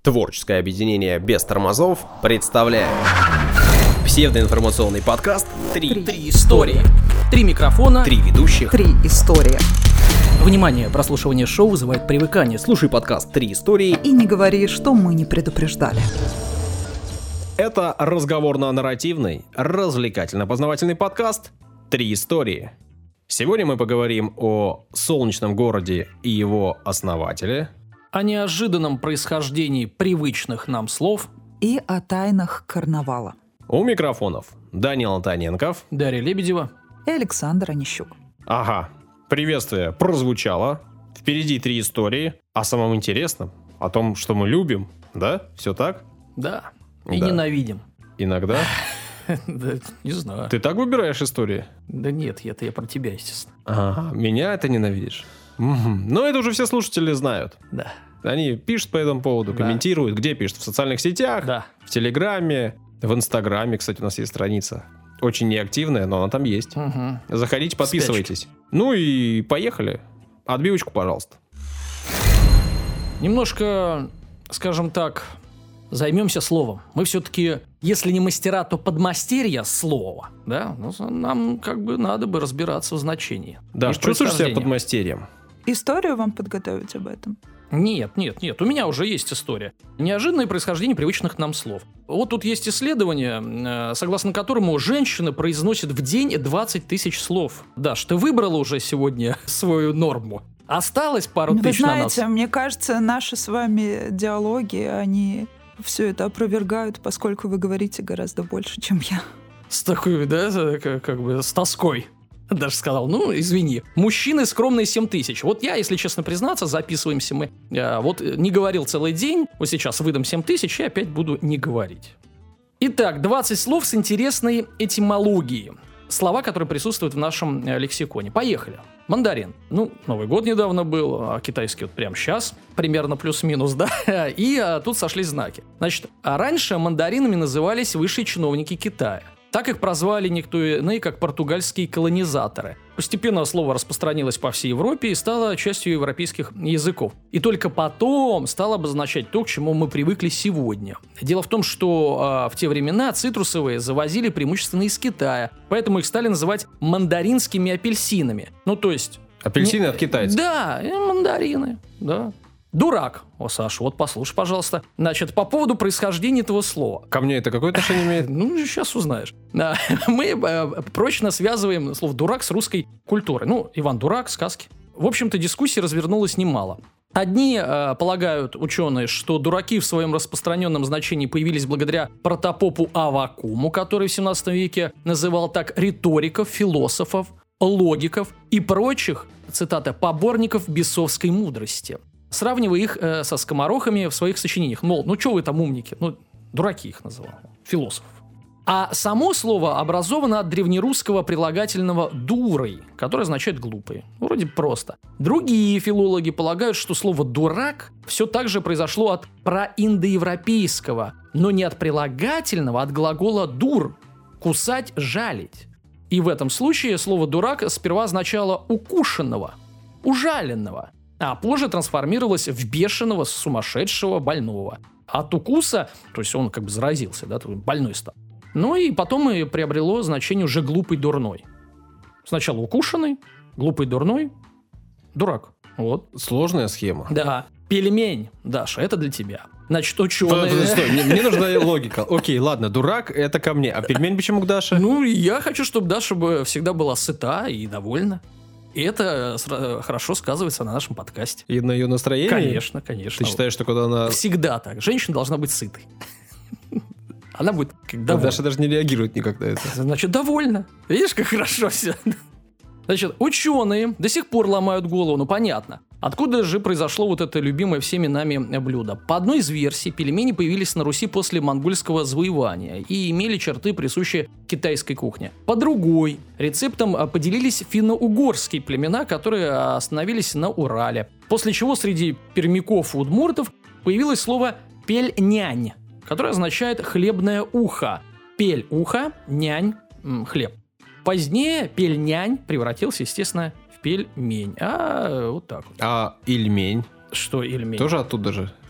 Творческое объединение «Без тормозов» представляет псевдоинформационный подкаст «Три истории». 3 микрофона, 3 ведущих, 3 истории. Внимание, прослушивание шоу вызывает привыкание. Слушай подкаст «Три истории» И не говори, что мы не предупреждали. Это разговорно-нарративный, развлекательно-познавательный подкаст «Три истории». Сегодня мы поговорим о солнечном городе и его основателе, О неожиданном происхождении привычных нам слов. И о тайнах карнавала. у микрофонов Данил Антоненков. Дарья Лебедева. И Александр Онищук. Ага, приветствие прозвучало. Впереди 3 истории о самом интересном, о том, что мы любим, да? Все так? Да. И Да. ненавидим. Иногда. Да, не знаю. Ты так выбираешь истории? Да нет, это я про тебя, естественно. Ага, меня это ненавидишь. Но это уже все слушатели знают. Да. Они пишут по этому поводу, Да. комментируют. Где пишут? В социальных сетях, Да. в Телеграме, в Инстаграме. Кстати, у нас есть страница. Очень неактивная, но она там есть. Угу. Заходите, подписывайтесь. Ну и поехали. Отбивочку, пожалуйста. Немножко, скажем так, займемся словом. Мы все-таки, если не мастера, то подмастерья слова, да? Ну, нам как бы надо бы разбираться в значении. Даш, И чувствуешь себя происхождении. подмастерьем? Историю вам подготовить об этом? Нет. У меня уже есть история. Неожиданное происхождение привычных нам слов. Вот тут есть исследование, согласно которому женщина произносит в день 20 тысяч слов. Даш, ты выбрала уже сегодня свою норму? Осталось пару Вы тысяч на нас? знаете, мне кажется, наши с вами диалоги, они все это опровергают, поскольку вы говорите гораздо больше, чем я. С такой, да, как бы с тоской. Даже сказал, ну, извини. Мужчины скромные 7 тысяч. Вот я, если честно признаться, записываемся мы. Вот не говорил целый день, вот сейчас выдам 7 тысяч и опять буду не говорить. Итак, 20 слов с интересной этимологией. Слова, которые присутствуют в нашем лексиконе. Поехали. Мандарин. Ну, Новый год недавно был, а китайский вот прямо сейчас, примерно плюс-минус, да? И тут сошлись знаки. Значит, раньше мандаринами назывались высшие чиновники Китая. Так их прозвали никто иные, как португальские колонизаторы. Постепенно слово распространилось по всей Европе и стало частью европейских языков. И только потом стало обозначать то, к чему мы привыкли сегодня. Дело в том, что в те времена цитрусовые завозили преимущественно из Китая, поэтому их стали называть мандаринскими апельсинами. Ну, то есть... Апельсины от китайцев. Да, мандарины, да. Дурак. О, Саша, вот послушай, пожалуйста. Значит, по поводу происхождения этого слова. Ко мне это какое отношение имеет? Ну, сейчас узнаешь. Мы прочно связываем слово «дурак» с русской культурой. Ну, Иван Дурак, сказки. В общем-то, дискуссий развернулось немало. Одни полагают, ученые, что дураки в своем распространенном значении появились благодаря протопопу Аввакуму, который в 17 веке называл так риториков, философов, логиков и прочих, цитата, поборников бесовской мудрости, сравнивая их со скоморохами в своих сочинениях. Мол, ну что вы там умники? Ну, дураки их называл, философов. А само слово образовано от древнерусского прилагательного «дурой», которое означает «глупый». Вроде просто. Другие филологи полагают, что слово «дурак» все так же произошло от проиндоевропейского, но не от прилагательного, а от глагола «дур» – «кусать», «жалить». И в этом случае слово «дурак» сперва означало «укушенного», «ужаленного», а позже трансформировалось в бешеного, сумасшедшего, больного. От укуса, то есть он как бы заразился, да, больной стал. Ну и потом и приобрело значение уже глупый, дурной. Сначала укушенный, глупый, дурной, дурак. Вот. Сложная схема. Да. Пельмень, Даша, это для тебя. Значит, ученые... Стой, мне нужна логика. Окей, ладно, дурак, это ко мне. А пельмень почему к Даше? Ну, я хочу, чтобы Даша всегда была сыта и довольна. И это хорошо сказывается на нашем подкасте. И на ее настроении? Конечно. Ты считаешь, что когда она... Всегда так. Женщина должна быть сытой. Она будет как довольна. Даша даже не реагирует никак на это. Значит, довольна. Видишь, как хорошо все. Значит, ученые до сих пор ломают голову, ну понятно. Откуда же произошло вот это любимое всеми нами блюдо? По одной из версий, пельмени появились на Руси после монгольского завоевания и имели черты, присущие китайской кухне. По другой, рецептом поделились финно-угорские племена, которые остановились на Урале. После чего среди пермяков и удмуртов появилось слово «пельнянь», которое означает «хлебное ухо». Пель – ухо, нянь – хлеб. Позднее пельнянь превратился, естественно, в пельмень. Вот так вот. А ильмень? Что ильмень? Тоже оттуда же?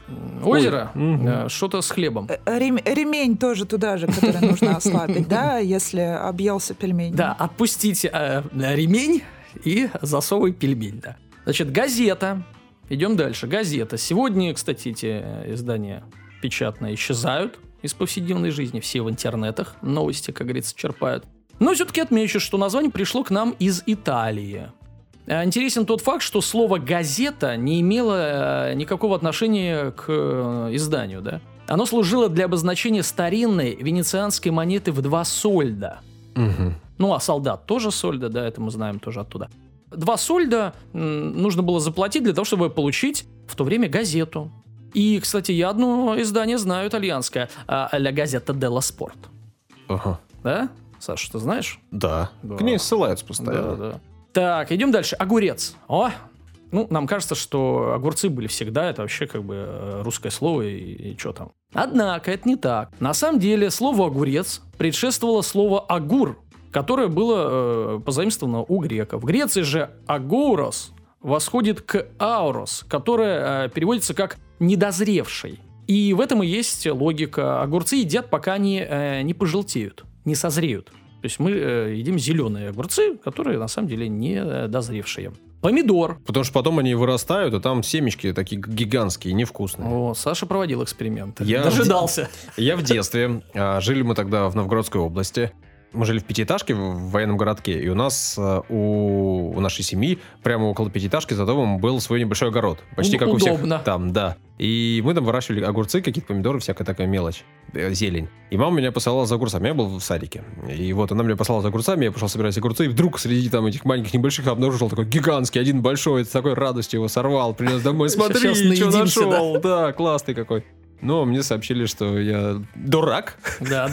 озеро, что-то с хлебом. Ремень тоже туда же, который нужно ослабить, да, если объелся пельмень. Да, отпустите ремень и засовывай пельмень, да. Значит, газета. Идем дальше. Газета. Сегодня, кстати, эти издания печатные исчезают из повседневной жизни. Все в интернетах новости, как говорится, черпают. Но все-таки отмечу, что название пришло к нам из Италии. Интересен тот факт, что слово «газета» не имело никакого отношения к изданию, да? Оно служило для обозначения старинной венецианской монеты в 2 сольда. Угу. Ну, а солдат тоже сольда, да, это мы знаем тоже оттуда. 2 сольда нужно было заплатить для того, чтобы получить в то время газету. И, кстати, я одно издание знаю, итальянское. «La Gazzetta dello Sport». Ага. Да? Саша, ты знаешь? Да. Да. К ней ссылаются постоянно. Да. Так, идем дальше. Огурец. Ну, нам кажется, что огурцы были всегда. Это вообще как бы русское слово и что там. Однако это не так. На самом деле слово «огурец» предшествовало слово «агур», которое было позаимствовано у греков. В Греции же «агорос» восходит к «аурос», которое переводится как «недозревший». И в этом и есть логика. Огурцы едят, пока они не пожелтеют, не созреют. То есть мы едим зеленые огурцы, которые на самом деле не дозревшие. Помидор. Потому что потом они вырастают, а там семечки такие гигантские, невкусные. О, Саша проводил эксперименты. Я дожидался. Я в детстве. Жили мы тогда в Новгородской области. Мы жили в пятиэтажке в военном городке, и у нас, у нашей семьи, прямо около пятиэтажки за домом был свой небольшой огород. Почти как у всех там, да. И мы там выращивали огурцы, какие-то помидоры, всякая такая мелочь, зелень. И мама меня посылала за огурцами, я был в садике. И вот она меня послала за огурцами, я пошел собирать огурцы, и вдруг среди там этих маленьких небольших обнаружил такой гигантский, один большой, с такой радостью его сорвал, принес домой, смотри, что нашел. Да, классный какой. Но мне сообщили, что я дурак. Да.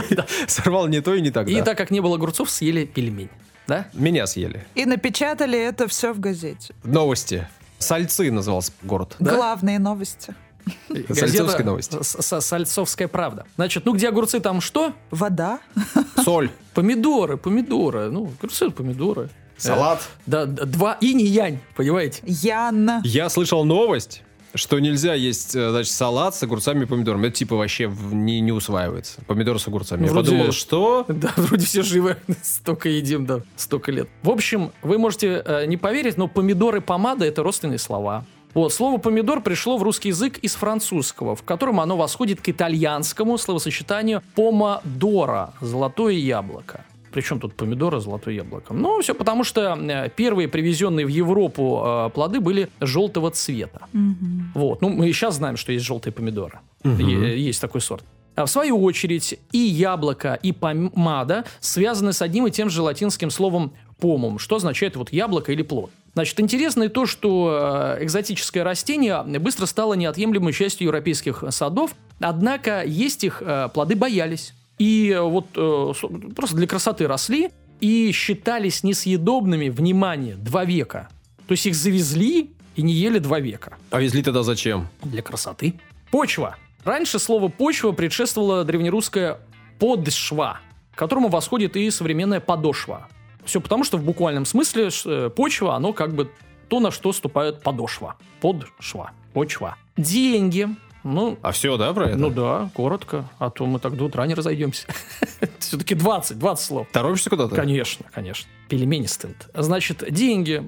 Сорвал не то и не тогда. И так как не было огурцов, съели пельмень. Да? Меня съели. И напечатали это все в газете. Новости. Сальцы назывался город. Да? Главные новости. Сальцовские новости. Сальцовская правда. Значит, где огурцы, там что? Вода. Соль. Помидоры. Ну, огурцы, помидоры. Салат. Да, 2 инь и янь, понимаете? Ян. Я слышал новость, что нельзя есть, значит, салат с огурцами и помидорами. Это типа вообще не усваивается. Помидоры с огурцами. Я подумал, что... Да, вроде все живы. Столько едим, да, столько лет. В общем, вы можете не поверить, но помидоры, помада — это родственные слова. Вот, слово «помидор» пришло в русский язык из французского, в котором оно восходит к итальянскому словосочетанию «помодоро» — «золотое яблоко». Причем тут помидоры, золотое яблоко? Ну, все потому, что первые привезенные в Европу плоды были желтого цвета. Вот. Ну, мы и сейчас знаем, что есть желтые помидоры. Есть такой сорт. А в свою очередь и яблоко, и помада связаны с одним и тем же латинским словом «помум», что означает вот яблоко или плод. Значит, интересно и то, что экзотическое растение быстро стало неотъемлемой частью европейских садов, однако есть их плоды боялись. И вот просто для красоты росли и считались несъедобными, внимание, 2 века. То есть их завезли и не ели 2 века. А везли тогда зачем? Для красоты. Почва. Раньше слово «почва» предшествовало древнерусское «подшва», к которому восходит и современная «подошва». Все потому, что в буквальном смысле почва, оно как бы то, на что ступает подошва. Подшва. Почва. Деньги. Ну, а все, да, про это? Ну да, коротко, а то мы так до утра не разойдемся. Все-таки 20 слов. Торопишься куда-то? Конечно. Пельменистент. Значит, деньги.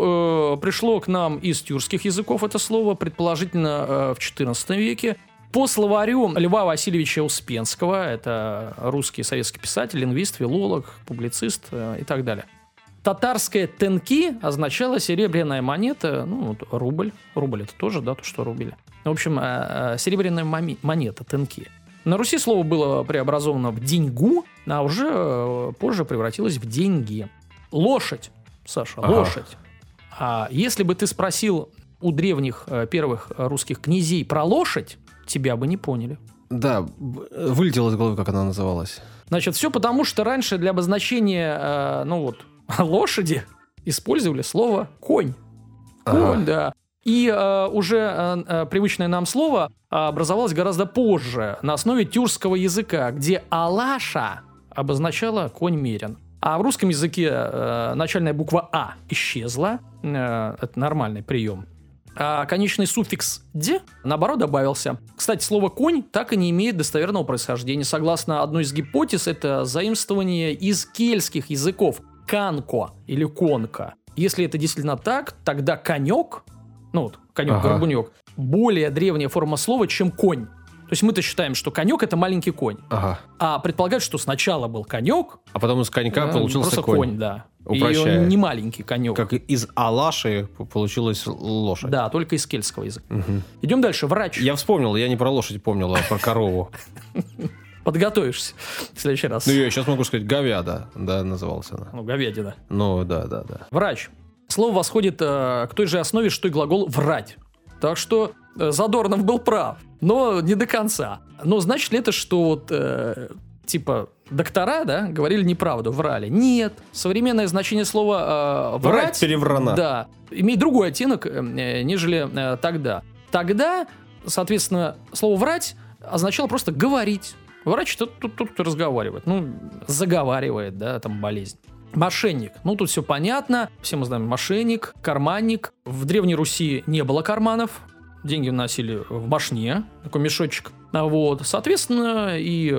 Ну, пришло к нам из тюркских языков это слово, предположительно в XIV веке. По словарю Льва Васильевича Успенского, это русский советский писатель, лингвист, филолог, публицист и так далее. Татарское «тенки» означало серебряная монета, ну, вот рубль. Рубль — это тоже, да, то, что рубили. В общем, серебряная монета, «тенки». На Руси слово было преобразовано в «деньгу», а уже позже превратилось в «деньги». Лошадь, Саша, лошадь. А если бы ты спросил у древних первых русских князей про лошадь, тебя бы не поняли. Да, вылетело из головы, как она называлась. Значит, все потому, что раньше для обозначения, лошади использовали слово «конь». Конь, да. И уже привычное нам слово образовалось гораздо позже, на основе тюркского языка, где «алаша» обозначала «конь мерен». А в русском языке начальная буква «а» исчезла. Это нормальный прием. а конечный суффикс «д» наоборот добавился. Кстати, слово «конь» так и не имеет достоверного происхождения. Согласно одной из гипотез, это заимствование из кельтских языков «канко» или «конка». Если это действительно так, тогда «конек», ну вот, конек-горбунек, более древняя форма слова, чем «конь». То есть мы-то считаем, что конек — это маленький конь. Ага. А предполагают, что сначала был конек, А потом из конька получился просто конь, да. Упрощая. И он не маленький конек. Как из Алаши получилась лошадь. Да, только из кельтского языка. Мгм. Идем дальше. Врач. Я вспомнил, я не про лошадь помнил, а про корову. Подготовишься в следующий раз. Ну, я сейчас могу сказать говяда, да, называлась она. Ну, говядина. Ну, да. Врач. Слово восходит к той же основе, что и глагол «врать». Так что Задорнов был прав, но не до конца. Но значит ли это, что вот, типа, доктора, да, говорили неправду, врали? Нет. Современное значение слова «врать» переврана. да, имеет другой оттенок, нежели тогда. Тогда, соответственно, слово «врать» означало просто «говорить». Врач — это тот, кто разговаривает, ну, заговаривает, да, там, болезнь. Мошенник. Ну, тут все понятно. Все мы знаем мошенник, карманник. В Древней Руси не было карманов. Деньги носили в башне, такой мешочек. Вот. Соответственно, и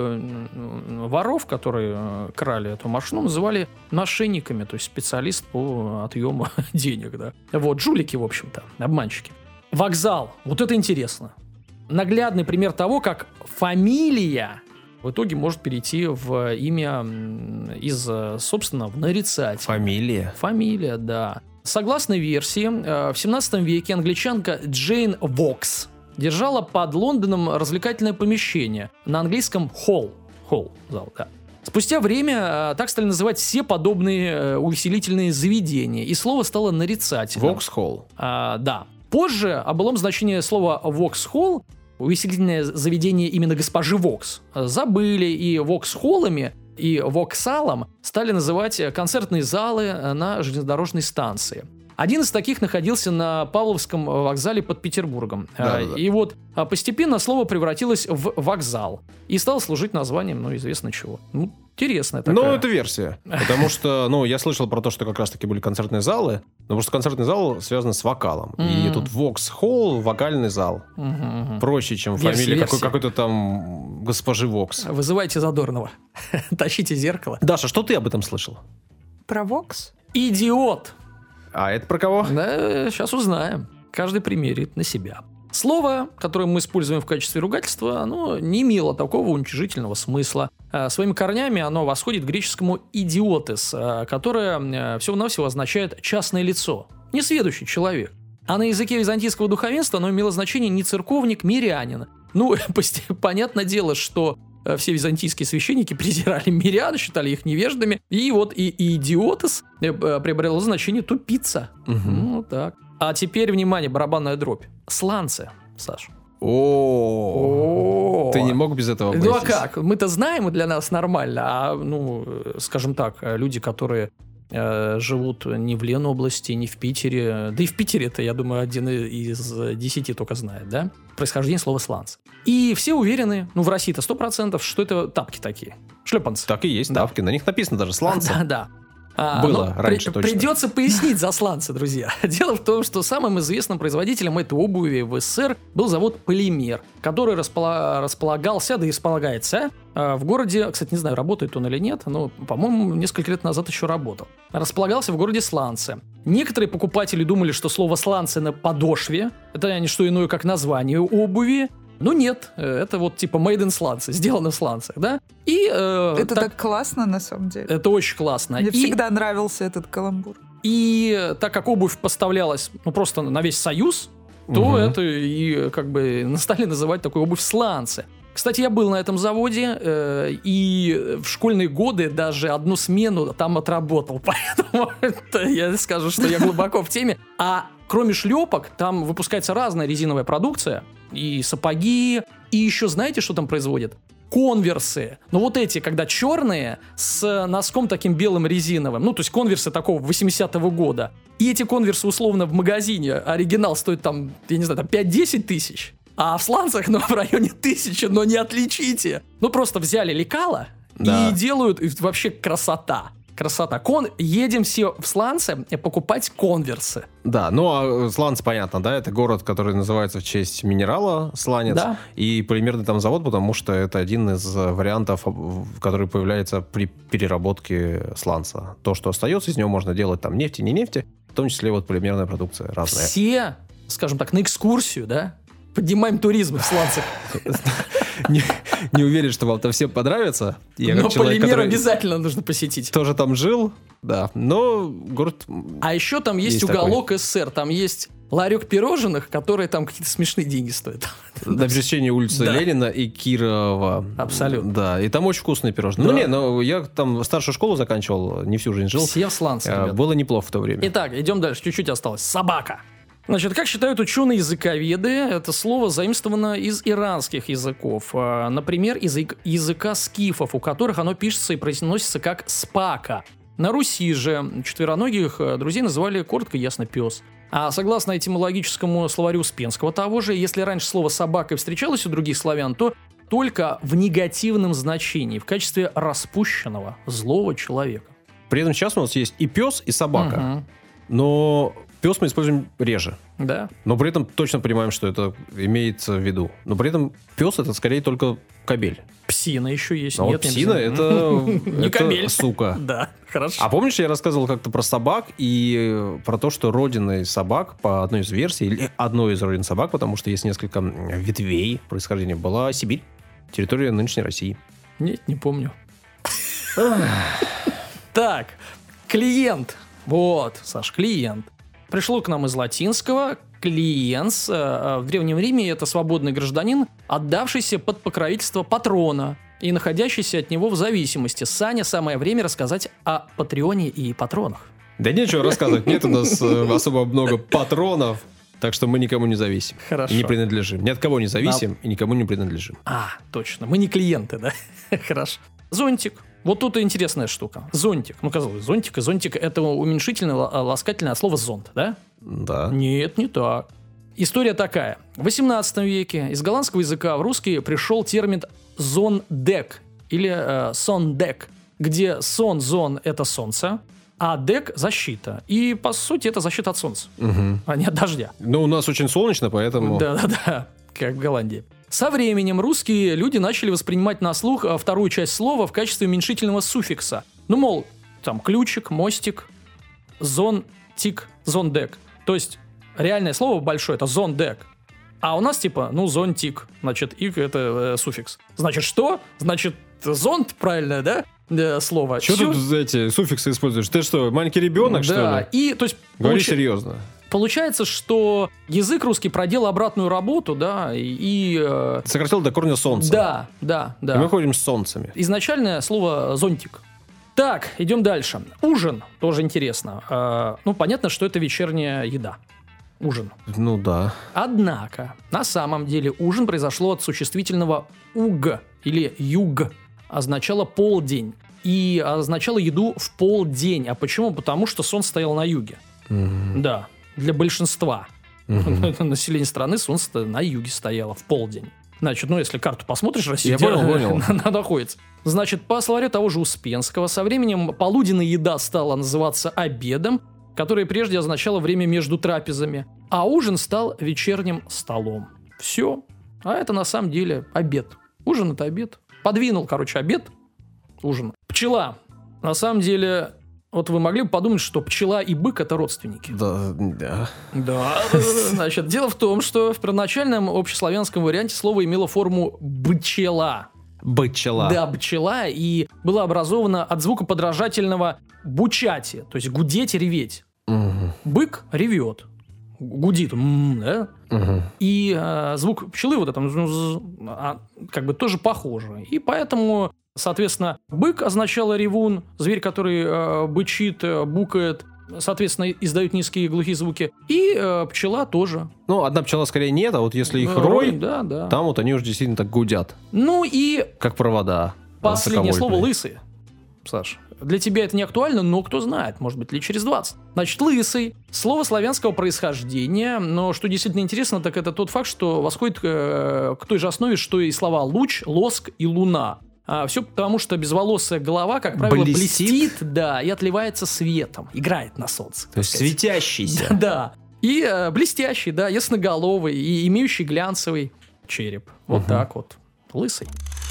воров, которые крали эту машину, называли мошенниками, то есть специалист по отъему денег. Да. Вот, жулики, в общем-то, обманщики. Вокзал. Вот это интересно. Наглядный пример того, как фамилия в итоге может перейти в имя из, собственно, в нарицатель. Фамилия, да. Согласно версии, в 17 веке англичанка Джейн Вокс держала под Лондоном развлекательное помещение. На английском холл. Зал, да. Спустя время так стали называть все подобные увеселительные заведения, и слово стало нарицательным. Воксхолл. Да. Позже о былом значении слова «воксхолл», увеселительное заведение именно госпожи Вокс, забыли, и воксхоллами и воксалом стали называть концертные залы на железнодорожной станции. Один из таких находился на Павловском вокзале под Петербургом. Да. И вот постепенно слово превратилось в вокзал и стало служить названием, ну, известно чего. Ну, интересная такая. Ну, это версия. Потому что, я слышал про то, что как раз-таки были концертные залы, но просто концертный зал связан с вокалом. И тут Воксхолл — вокальный зал. Проще, чем фамилия какой-то там госпожи Вокс. Вызывайте Задорнова. Тащите зеркало. Даша, что ты об этом слышал? Про Вокс? Идиот! А это про кого? Да, сейчас узнаем. Каждый примерит на себя. Слово, которое мы используем в качестве ругательства, оно не имело такого уничижительного смысла. Своими корнями оно восходит к греческому «идиотес», которое всего-навсего означает «частное лицо», несведущий человек. А на языке византийского духовенства оно имело значение не церковник, мирянин. Ну, понятное дело, что все византийские священники презирали мирян, считали их невеждами. И вот и идиотес приобрело значение тупица. Ну, так. А теперь, внимание, барабанная дробь. Сланцы, Саш. Ты не мог без этого обойтись? Ну а как? Мы-то знаем, и для нас нормально. А, скажем так, люди, которые живут не в Ленобласти, не в Питере. Да и в Питере-то, я думаю, 1 из 10 только знает, да? Происхождение слова «сланц». И все уверены, в России-то 100%, что это тапки такие. Шлепанцы. Так и есть, тапки. На них написано даже «сланцы». Да. Было раньше точно. Придется пояснить за сланцы, друзья. Дело в том, что самым известным производителем этой обуви в СССР был завод «Полимер», который располагался, да и располагается в городе, кстати, не знаю, работает он или нет, но, по-моему, несколько лет назад еще работал. Располагался в городе Сланцы. Некоторые покупатели думали, что слово «сланцы» на подошве – это не что иное, как название обуви. Ну нет, это вот типа made in сланцы, сделано в сланцах, да? И, это так классно, на самом деле. Это очень классно. Мне всегда нравился этот каламбур. И так как обувь поставлялась просто на весь Союз, то это и как бы стали называть такую обувь сланцы. Кстати, я был на этом заводе, и в школьные годы даже одну смену там отработал, поэтому я скажу, что я глубоко в теме. А кроме шлепок, там выпускается разная резиновая продукция, и сапоги, и еще знаете, что там производят? Конверсы. Но вот эти, когда черные, с носком таким белым резиновым. Ну, то есть конверсы такого 80-го года. И эти конверсы условно в магазине, оригинал стоит там, я не знаю, там 5-10 тысяч. А в сланцах, в районе 1000, но не отличите. Просто взяли лекало и делают, и вообще красота. Красота. Едем все в Сланцы покупать конверсы. Да, ну а Сланцы, понятно, да, это город, который называется в честь минерала Сланец, Да. и полимерный там завод, потому что это один из вариантов, который появляется при переработке сланца. То, что остается, из него можно делать там нефть и не нефть, в том числе вот полимерная продукция разная. Все, скажем так, на экскурсию, да, поднимаем туризм в Сланцах. Не уверен, что вам там всем понравится. Я Но как человек, полимер который обязательно нужно посетить. тоже там жил, да, но город... А еще там есть уголок СССР, там есть ларек пирожных, которые там какие-то смешные деньги стоят. На пересечении улицы Да. Ленина и Кирова. Абсолютно. Да, и там очень вкусные пирожные. Да. Ну не, я там старшую школу заканчивал, не всю жизнь жил. Все в Сланцах, ребята. Было неплохо в то время. Итак, идем дальше, чуть-чуть осталось. Собака. Значит, как считают ученые-языковеды, это слово заимствовано из иранских языков. Например, из языка скифов, у которых оно пишется и произносится как «спака». На Руси же четвероногих друзей называли коротко и ясно «пес». А согласно этимологическому словарю Успенского того же, если раньше слово «собака» встречалось у других славян, то только в негативном значении, в качестве распущенного, злого человека. При этом сейчас у нас есть и пес, и собака. Мгм. Но пес мы используем реже. Да. Но при этом точно понимаем, что это имеется в виду. Но при этом пес это скорее только кобель. Псина еще есть. А вот Нет, не псина обязательно. это, Не это кобель. сука. Да, хорошо. А помнишь, я рассказывал как-то про собак и про то, что родиной собак, по одной из версий, или одной из родин собак, потому что есть несколько ветвей происхождения, была Сибирь, территория нынешней России. Нет, не помню. Так, клиент. Вот, Саш, клиент. Пришло к нам из латинского клиенс. В Древнем Риме это свободный гражданин, отдавшийся под покровительство патрона и находящийся от него в зависимости. Саня, самое время рассказать о патреоне и патронах. Да нечего рассказывать, нет у нас особо много патронов, так что мы никому не зависим. Хорошо. И не принадлежим. Ни от кого не зависим и никому не принадлежим. А, точно, мы не клиенты, да? Хорошо. Зонтик. Вот тут и интересная штука. Зонтик. Ну, казалось, зонтик и зонтик — это уменьшительное, ласкательное от слова зонт, да? Да. Нет, не так. История такая. В 18 веке из голландского языка в русский пришел термин зондек или сондек, где зон – это солнце, а дек – защита. И, по сути, это защита от солнца, а не от дождя. Ну, у нас очень солнечно, поэтому... Да-да-да, как в Голландии. Со временем русские люди начали воспринимать на слух вторую часть слова в качестве уменьшительного суффикса. Ну, мол, там ключик, мостик, зонтик, зондек. То есть реальное слово большое – это зондек. А у нас типа, ну, зонтик. Значит, ик – это суффикс. Значит, что? Значит, зонт, правильное, да? Слово. Что Всё. тут эти суффиксы используешь? Ты что, маленький ребенок, что Да, ли? и, то есть, Говори серьезно. получается, что язык русский проделал обратную работу, да, Ты сократил до корня солнца. да. И мы ходим с солнцами. Изначальное слово зонтик. Так, идем дальше. Ужин, тоже интересно. Ну, понятно, что это вечерняя еда. Ужин. Ну да. Однако, на самом деле, ужин произошло от существительного «уг» или «юг», означало «полдень». И означало еду в полдень. А почему? Потому что солнце стояло на юге. Да, для большинства населения страны солнце на юге стояло в полдень. Значит, ну если карту посмотришь, Россия понял. находится. Значит, по словарю того же Успенского, со временем полуденная еда стала называться обедом, которое прежде означало время между трапезами, а ужин стал вечерним столом. Все. А это на самом деле обед. Ужин – это обед. Подвинул, короче, обед, ужин. Пчела. На самом деле, вот вы могли бы подумать, что пчела и бык – это родственники. Да. Да. Значит, дело в том, что в первоначальном общеславянском варианте слово имело форму «бчела». Бычела. Да, бчела, и было образовано от звука подражательного «бучати», то есть гудеть, реветь. Бык ревет, гудит, да? И звук пчелы вот это как бы тоже похоже. И поэтому, соответственно, бык означало ревун, зверь, который бычит, букает, соответственно, издают низкие и глухие звуки. И пчела тоже. Ну, одна пчела скорее нет, а вот если их рой, да. там вот они уже действительно так гудят. Ну и Как провода. последнее слово высоковольтные. «лысый». Саш, для тебя это не актуально, но кто знает, может быть, лет через 20. Значит, «лысый» — слово славянского происхождения, но что действительно интересно, так это тот факт, что восходит к той же основе, что и слова «луч», «лоск» и «луна». Все потому, что безволосая голова, как правило, блестит, да, и отливается светом, играет на солнце. То есть светящийся. Да. И блестящий, да, ясноголовый, и имеющий глянцевый череп. Вот так вот. Лысый.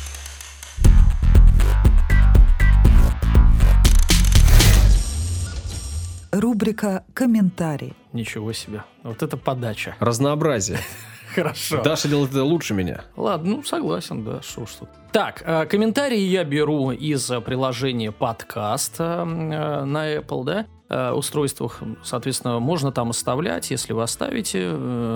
Рубрика «Комментарии». Ничего себе. Вот это подача. Разнообразие. Хорошо. Даша делает это лучше меня. Ладно, ну согласен, да, что ж тут. Так, комментарии я беру из приложения подкаст на Apple, да, устройствах. Соответственно, можно там оставлять, если вы оставите,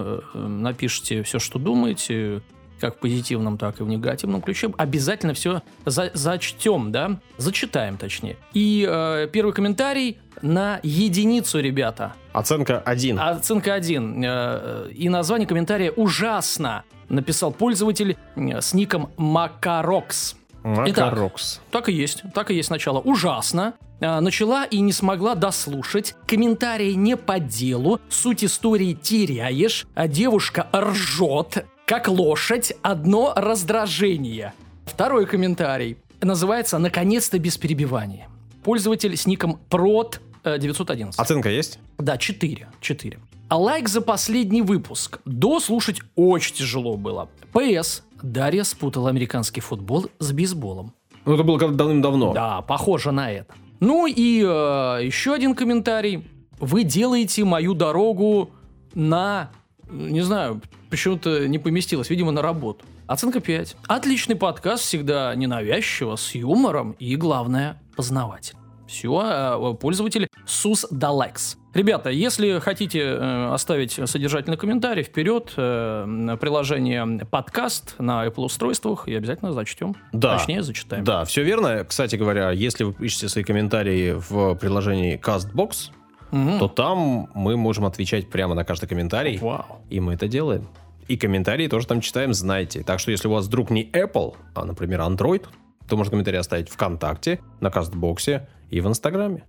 напишите все, что думаете, как в позитивном, так и в негативном ключе. Обязательно все зачтем, да, зачитаем, точнее. И первый комментарий на единицу, ребята. Оценка 1. Оценка 1. И название комментария «Ужасно», написал пользователь с ником Макарокс. Макарокс. Так и есть начало. «Ужасно». Начала и не смогла дослушать. Комментарий не по делу. Суть истории теряешь. А девушка ржет, как лошадь. Одно раздражение. Второй комментарий. Называется «Наконец-то без перебивания». Пользователь с ником Prot911. Оценка есть? Да, 4. А лайк за последний выпуск. Дослушать очень тяжело было. ПС. Дарья спутала американский футбол с бейсболом. Ну, это было когда-то давным-давно. Да, похоже на это. Ну и еще один комментарий. Вы делаете мою дорогу на... Не знаю, почему-то не поместилось. Видимо, на работу. Оценка 5. Отличный подкаст, всегда ненавязчиво, с юмором и, главное, познавательно. Все, пользователь SUSDALEX. Ребята, если хотите оставить содержательный комментарий, вперед, приложение подкаст на Apple устройствах, и обязательно зачтем. Да. Точнее, зачитаем. Да, все верно. Кстати говоря, если вы пишете свои комментарии в приложении CastBox, то там мы можем отвечать прямо на каждый комментарий. Вау. И мы это делаем. И комментарии тоже там читаем, знаете. Так что если у вас вдруг не Apple, а, например, Android, то можно комментарий оставить ВКонтакте, на CastBox и в Инстаграме.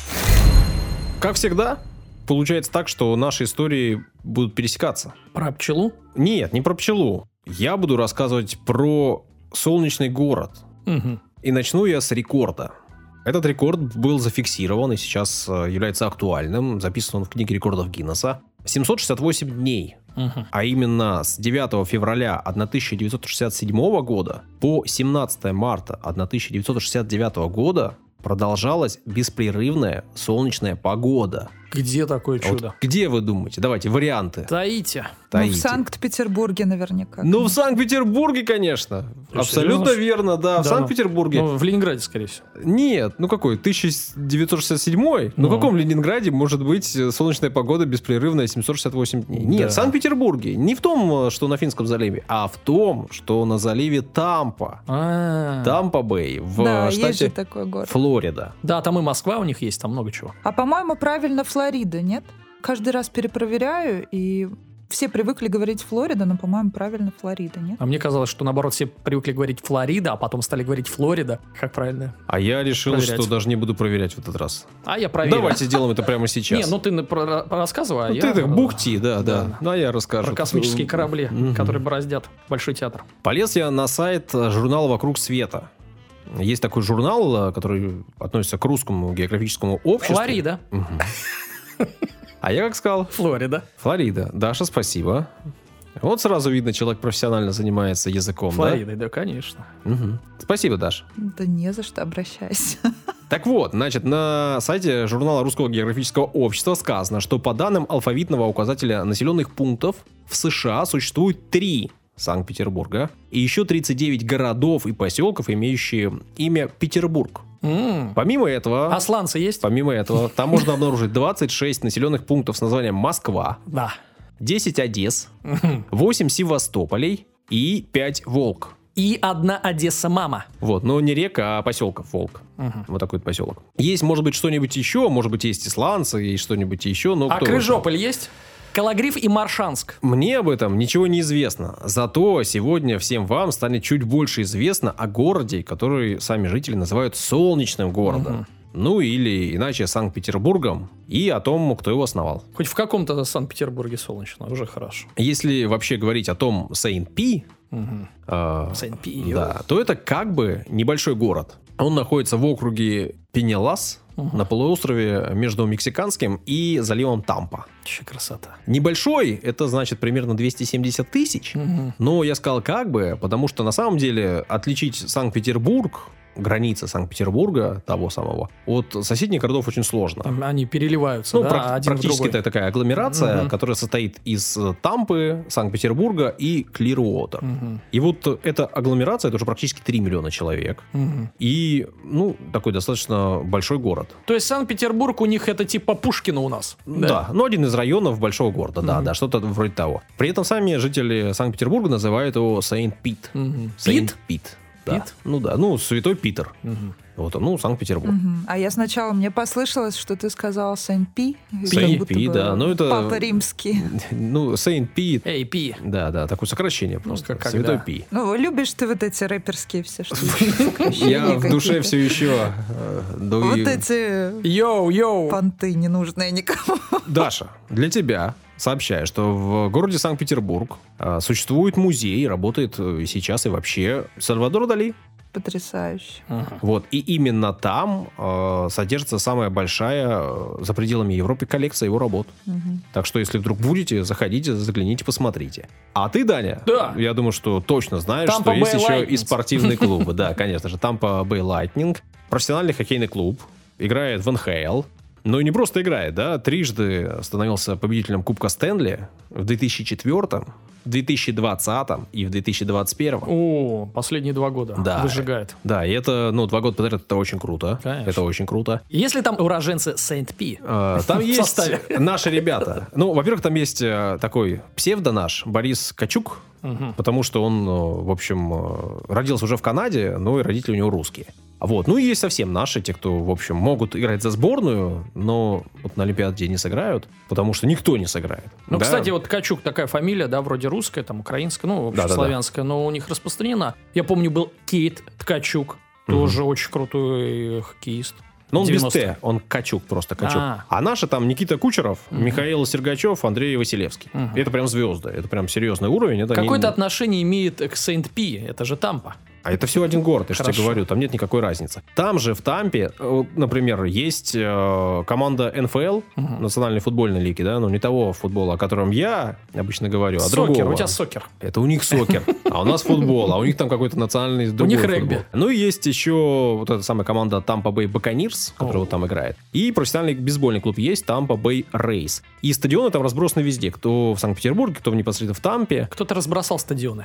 Как всегда, получается так, что наши истории будут пересекаться. Про пчелу? Нет, не про пчелу. Я буду рассказывать про солнечный город. Угу. И начну я с рекорда. Этот рекорд был зафиксирован и сейчас является актуальным. Записан он в книге рекордов Гиннесса. 768 дней. А именно с 9 февраля 1967 года по 17 марта 1969 года продолжалась беспрерывная солнечная погода. Где такое чудо? Вот где вы думаете? Давайте, варианты. Таити. Ну, в Санкт-Петербурге наверняка. Ну, в Санкт-Петербурге, конечно. Абсолютно верно, да. В Санкт-Петербурге. Ну, в Ленинграде, скорее всего. Нет, ну какой? 1967? Ну, в каком Ленинграде может быть солнечная погода беспрерывная 768 дней? Нет, Да. в Санкт-Петербурге. Не в том, что на Финском заливе, а в том, что на заливе Тампа. Тампа-Бэй в Да, есть же штате такой город. Флорида. Да, там и Москва у них есть, там много чего. А по-моему, правильно Флорида, нет? Каждый раз перепроверяю, и все привыкли говорить Флорида, но, по-моему, правильно Флорида, нет? А мне казалось, что наоборот все привыкли говорить Флорида, а потом стали говорить Флорида. Как правильно? А я решил, Проверять. что даже не буду проверять в этот раз. А я проверю. Давайте сделаем это прямо сейчас. Не, ну ты рассказывай, а Ну, я... ты так бухти, да. да. Ну, а я расскажу. Про космические корабли, которые бороздят Большой театр. Полез я на сайт журнала «Вокруг света». Есть такой журнал, который относится к русскому географическому обществу. Флорида. А я как сказал? Флорида. Флорида. Даша, спасибо. Вот сразу видно, человек профессионально занимается языком, Флоридой, да, конечно. да? Мгм. Спасибо, Даша. Да не за что, обращайся. Так вот, значит, на сайте журнала Русского географического общества сказано, что по данным алфавитного указателя населенных пунктов в США существует 3 Санкт-Петербурга и еще 39 городов и поселков, имеющие имя Петербург. Помимо этого... А сланцы есть? Помимо этого, там можно обнаружить 26 населенных пунктов с названием Москва, Да. 10 Одесс, 8 Севастополей и 5 Волк. И одна Одесса-мама. Вот, но не река, а поселков Волк. Вот такой вот поселок. Есть, может быть, что-нибудь еще, может быть, есть исландцы, есть что-нибудь еще, но А кто Крыжополь есть? Кологрив и Маршанск. Мне об этом ничего не известно. Зато сегодня всем вам станет чуть больше известно о городе, который сами жители называют солнечным городом. ну или иначе Санкт-Петербургом, и о том, кто его основал. Хоть в каком-то Санкт-Петербурге солнечно, уже хорошо. Если вообще говорить о том Сейнт-Пи, Сейнт-Пи, да, то это как бы небольшой город. Он находится в округе Пинелас, на полуострове между Мексиканским и заливом Тампа. Вообще красота. Небольшой, это значит примерно 270 тысяч. Но я сказал как бы, потому что на самом деле отличить Санкт-Петербург, границы Санкт-Петербурга, того самого, от соседних городов очень сложно. Там они переливаются, Ну, да, один в практически другой. это такая агломерация, которая состоит из Тампы, Санкт-Петербурга и Клируотер. И вот эта агломерация, это уже практически 3 миллиона человек. И, ну, такой достаточно большой город. То есть Санкт-Петербург у них это типа Пушкина у нас. Да, ну, один из районов большого города, да, что-то вроде того. При этом сами жители Санкт-Петербурга называют его Сейнт-Пит. Сейнт-Пит. Да. Пит? Ну да, ну, Святой Питер. Вот он, ну, Санкт-Петербург. А я сначала, мне послышалось, что ты сказал Сейнт-Пи. Сейнт-Пи, да, ну это... Папа римский. Ну, Сейнт-Пи. Эй, Пи. Да, такое сокращение просто. как Святой да. Пи. Ну, любишь ты вот эти рэперские все Я в душе все еще... Вот эти Йоу. понты ненужные никому. Даша, для тебя сообщаю, что в городе Санкт-Петербург существует музей, работает сейчас и вообще Сальвадор Дали. Потрясающе. Вот, и именно там содержится самая большая за пределами Европы коллекция его работ. Так что, если вдруг будете, заходите, загляните, посмотрите. А ты, Даня, Да. я думаю, что точно знаешь, Tampa что есть Bay еще Lightning. и спортивные клубы. Да, конечно же, Tampa Bay Lightning, профессиональный хоккейный клуб, играет в НХЛ. Ну и не просто играет, да, трижды становился победителем Кубка Стэнли в 2004, в 2020 и в 2021. О, последние 2 года. Да. Выжигает. Да, и это, 2 года подряд, это очень круто. Конечно. Это очень круто. Есть ли там уроженцы Сейнт-Пи? Там В есть составе. наши ребята. Ну, во-первых, там есть такой псевдо наш, Борис Качук, потому что он, в общем, родился уже в Канаде, но и родители у него русские. Вот. Ну и есть совсем наши, те, кто, в общем, могут играть за сборную, но вот на Олимпиаде не сыграют, потому что никто не сыграет. Ну, Да? кстати, вот Ткачук такая фамилия, да, вроде русская, там, украинская, ну, в общем, Да-да-да. славянская, но у них распространена. Я помню, был Кейт Ткачук, тоже очень крутой хоккеист. Но он без 90-е. Т, он Качук, просто Качук. А. А наши там Никита Кучеров, Михаил Сергачев, Андрей Василевский. Это прям звезды, это прям серьезный уровень. Это Какое-то не- отношение имеет к Сейнт-Пи, это же Тампа. А это всего один город, я же тебе Хорошо. говорю, там нет никакой разницы. Там же, в Тампе, например, есть команда НФЛ, Национальной футбольной лиги, да, ну не того футбола, о котором я обычно говорю, а Сокер, другого. у тебя сокер. Это у них сокер, а у нас футбол, а у них там какой-то национальный другой них футбол. регби. Ну и есть еще вот эта самая команда Tampa Bay Buccaneers, которая вот там играет. И профессиональный бейсбольный клуб есть Tampa Bay Rays. И стадионы там разбросаны везде. Кто в Санкт-Петербурге, кто непосредственно в Тампе. Кто-то разбросал стадионы.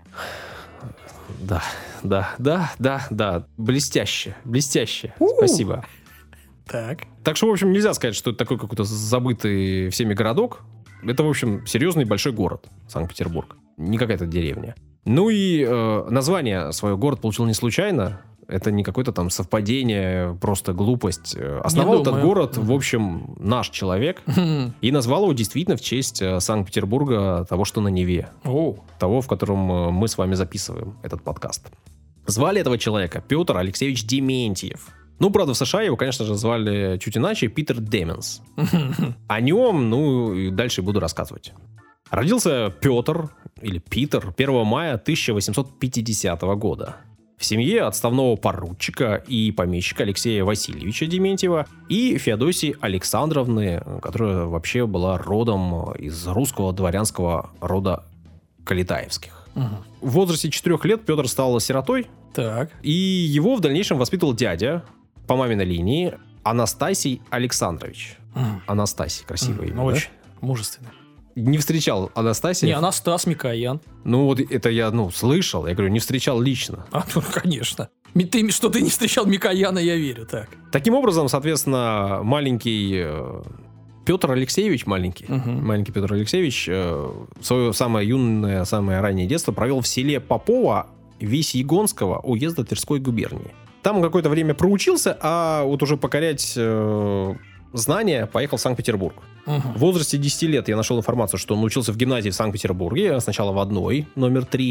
Да. Блестяще. Спасибо. Так. Так что, в общем, нельзя сказать, что это такой какой-то забытый всеми городок. Это, в общем, серьезный большой город Санкт-Петербург. Не какая-то деревня. Ну и название свой город получил не случайно. Это не какое-то там совпадение, просто глупость. Основал этот думаю. город, в общем, наш человек. И назвал его действительно в честь Санкт-Петербурга, того, что на Неве. О, Того, в котором мы с вами записываем этот подкаст. Звали этого человека Петр Алексеевич Дементьев. Ну, правда, в США его, конечно же, звали чуть иначе, Питер Деменс. О нем, ну, и дальше буду рассказывать. Родился Петр, или Питер, 1 мая 1850 года. В семье отставного поручика и помещика Алексея Васильевича Дементьева и Феодосии Александровны, которая вообще была родом из русского дворянского рода Калитаевских. В возрасте 4 лет Петр стал сиротой, так. и его в дальнейшем воспитывал дядя по маминой линии Анастасий Александрович. Анастасий, красивое имя, да? Очень мужественно. Не встречал Анастасия. Не, Анастас Микоян. Ну вот это я, слышал. Я говорю, не встречал лично. Ну, конечно. Что ты не встречал Микояна, я верю, так. Таким образом, соответственно, маленький Петр Алексеевич, маленький Петр Алексеевич, свое самое юное, самое раннее детство провел в селе Попова Весьегонского уезда Тверской губернии. Там он какое-то время проучился, а вот уже покорять знания поехал в Санкт-Петербург. В возрасте 10 лет я нашел информацию, что он учился в гимназии в Санкт-Петербурге, сначала в одной, номер 3,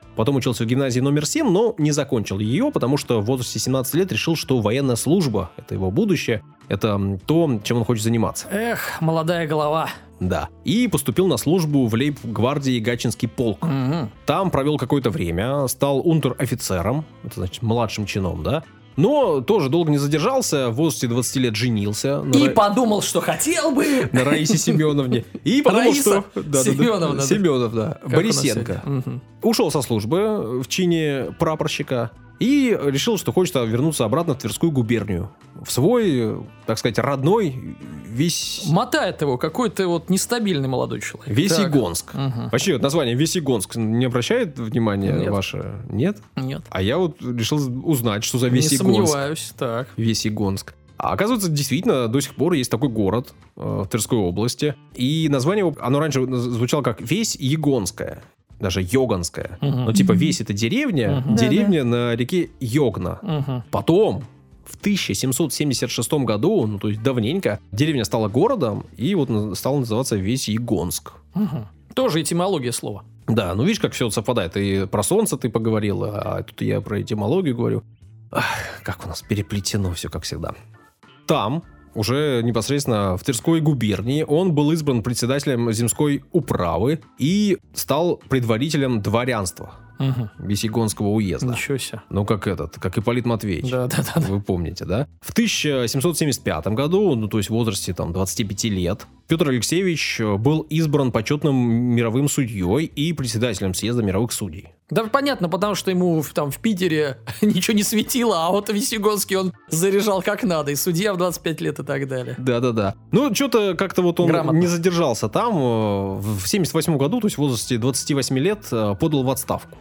Потом учился в гимназии номер 7, но не закончил ее, потому что в возрасте 17 лет решил, что военная служба — это его будущее, это то, чем он хочет заниматься. Эх, молодая голова. Да. И поступил на службу в лейб-гвардии Гатчинский полк. Там провел какое-то время, стал унтер-офицером, это значит младшим чином, да? Но тоже долго не задержался, в возрасте 20 лет женился. Подумал, что хотел бы. На Раисе Семеновне. И подумал, Раиса что... Семеновна. Семенов, да. Борисенко. Ушел со службы в чине прапорщика и решил, что хочет вернуться обратно в Тверскую губернию. В свой, так сказать, родной весь... Мотает его какой-то вот нестабильный молодой человек. Весьегонск. Вообще, вот название Весьегонск не обращает внимания ваше? Нет? Нет. А я вот решил узнать, что за Весьегонск. Не сомневаюсь, так. Весьегонск. А оказывается, действительно, до сих пор есть такой город в Тверской области. И название его, оно раньше звучало как Весьегонская. Даже Йоганская. Но типа Весь — это деревня, деревня на реке Йогна. Потом, в 1776 году, ну то есть давненько, деревня стала городом, и вот стала называться Весьегонск. Тоже этимология слова. Да, ну видишь, как все совпадает. И про солнце ты поговорил, а тут я про этимологию говорю. Ах, как у нас переплетено все, как всегда. Там, уже непосредственно в Тверской губернии, он был избран председателем земской управы и стал предводителем дворянства Весьегонского уезда. Ничего себе. Ну, как Ипполит Матвеевич. Да. Вы помните, да? В 1775 году, ну, то есть в возрасте там 25 лет, Петр Алексеевич был избран почетным мировым судьей и председателем съезда мировых судей. Да, понятно, потому что ему там в Питере ничего не светило, а вот Весьегонский он заряжал как надо, и судья в 25 лет и так далее. Да. Ну, что-то как-то вот он грамотно не задержался там. В 78 году, то есть в возрасте 28 лет, подал в отставку.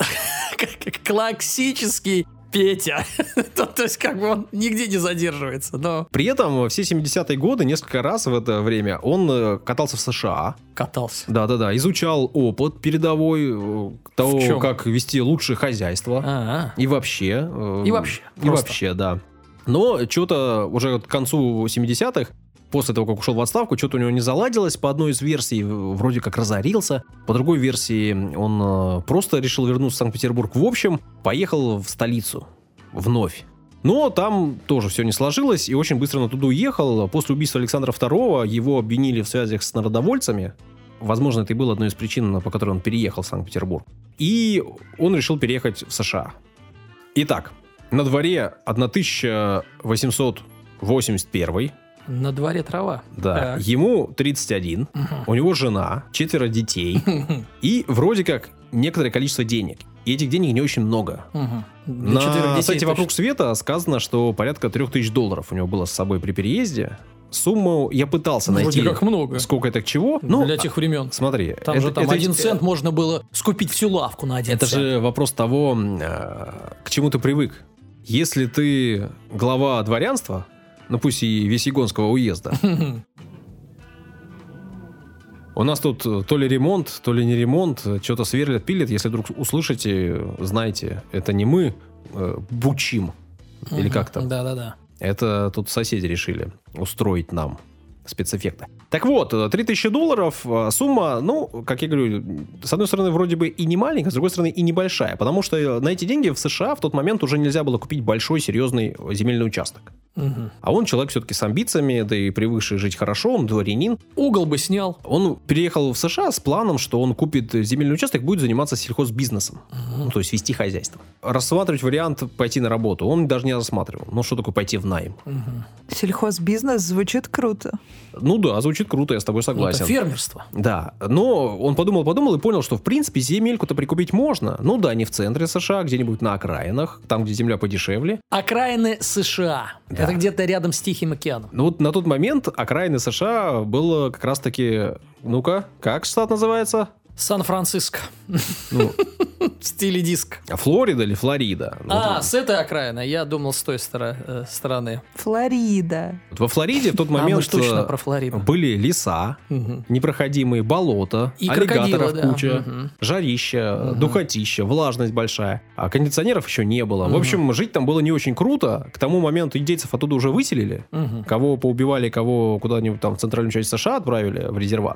Классический Петя. То есть как бы он нигде не задерживается. Но... При этом все 70-е годы, несколько раз в это время, он катался в США. Катался. Да. Изучал опыт передовой того, как вести лучшее хозяйство. И вообще. И вообще, да. Но что-то уже к концу 70-х, после того, как ушел в отставку, что-то у него не заладилось. По одной из версий вроде как разорился. По другой версии он просто решил вернуться в Санкт-Петербург. В общем, поехал в столицу вновь. Но там тоже все не сложилось, и очень быстро он оттуда уехал. После убийства Александра II его обвинили в связях с народовольцами. Возможно, это и было одной из причин, по которой он переехал в Санкт-Петербург. И он решил переехать в США. Итак, на дворе 1881. На дворе трава. Да. Так. Ему 31, у него жена, 4 детей и вроде как некоторое количество денег. И этих денег не очень много. На сайте «Вокруг света» сказано, что порядка $3000 у него было с собой при переезде. Сумму я пытался найти. Как много. Сколько это к чему. Для тех времен. Смотри. Там же 1 цент можно было скупить всю лавку на 1 цент. Это же вопрос того, к чему ты привык. Если ты глава дворянства, ну пусть и Весьегонского уезда. У нас тут то ли ремонт, то ли не ремонт, что-то сверлят, пилят. Если вдруг услышите, знайте, это не мы бучим. Или как там. Да. Это тут соседи решили устроить нам спецэффекты. Так вот, $3000 сумма, ну, как я говорю, с одной стороны, вроде бы и не маленькая, с другой стороны, и небольшая, потому что на эти деньги в США в тот момент уже нельзя было купить большой, серьезный земельный участок. А он человек все-таки с амбициями, да и привыкший жить хорошо, он дворянин. Угол бы снял. Он переехал в США с планом, что он купит земельный участок, будет заниматься сельхозбизнесом, ну, то есть вести хозяйство. Рассматривать вариант пойти на работу он даже не рассматривал. Ну, что такое пойти в найм? Сельхозбизнес звучит круто. Ну да, звучит круто, я с тобой согласен. Это фермерство. Да, но он подумал и понял, что в принципе земельку-то прикупить можно. Ну да, не в центре США, где-нибудь на окраинах, там, где земля подешевле. Окраины США. Да. Это где-то рядом с Тихим океаном. Ну вот на тот момент окраины США было как раз-таки, ну-ка, как штат называется? Сан-Франциско. Ну, в стиле диск. Флорида или Флорида? С этой окраины. Я думал, с той стороны. Флорида. Во Флориде в тот момент точно про Флориду. были леса, непроходимые, болота, и аллигаторов куча, жарища, духотища, влажность большая. А кондиционеров еще не было. В общем, жить там было не очень круто. К тому моменту индейцев оттуда уже выселили. Кого поубивали, кого куда-нибудь там в центральную часть США отправили в резервации.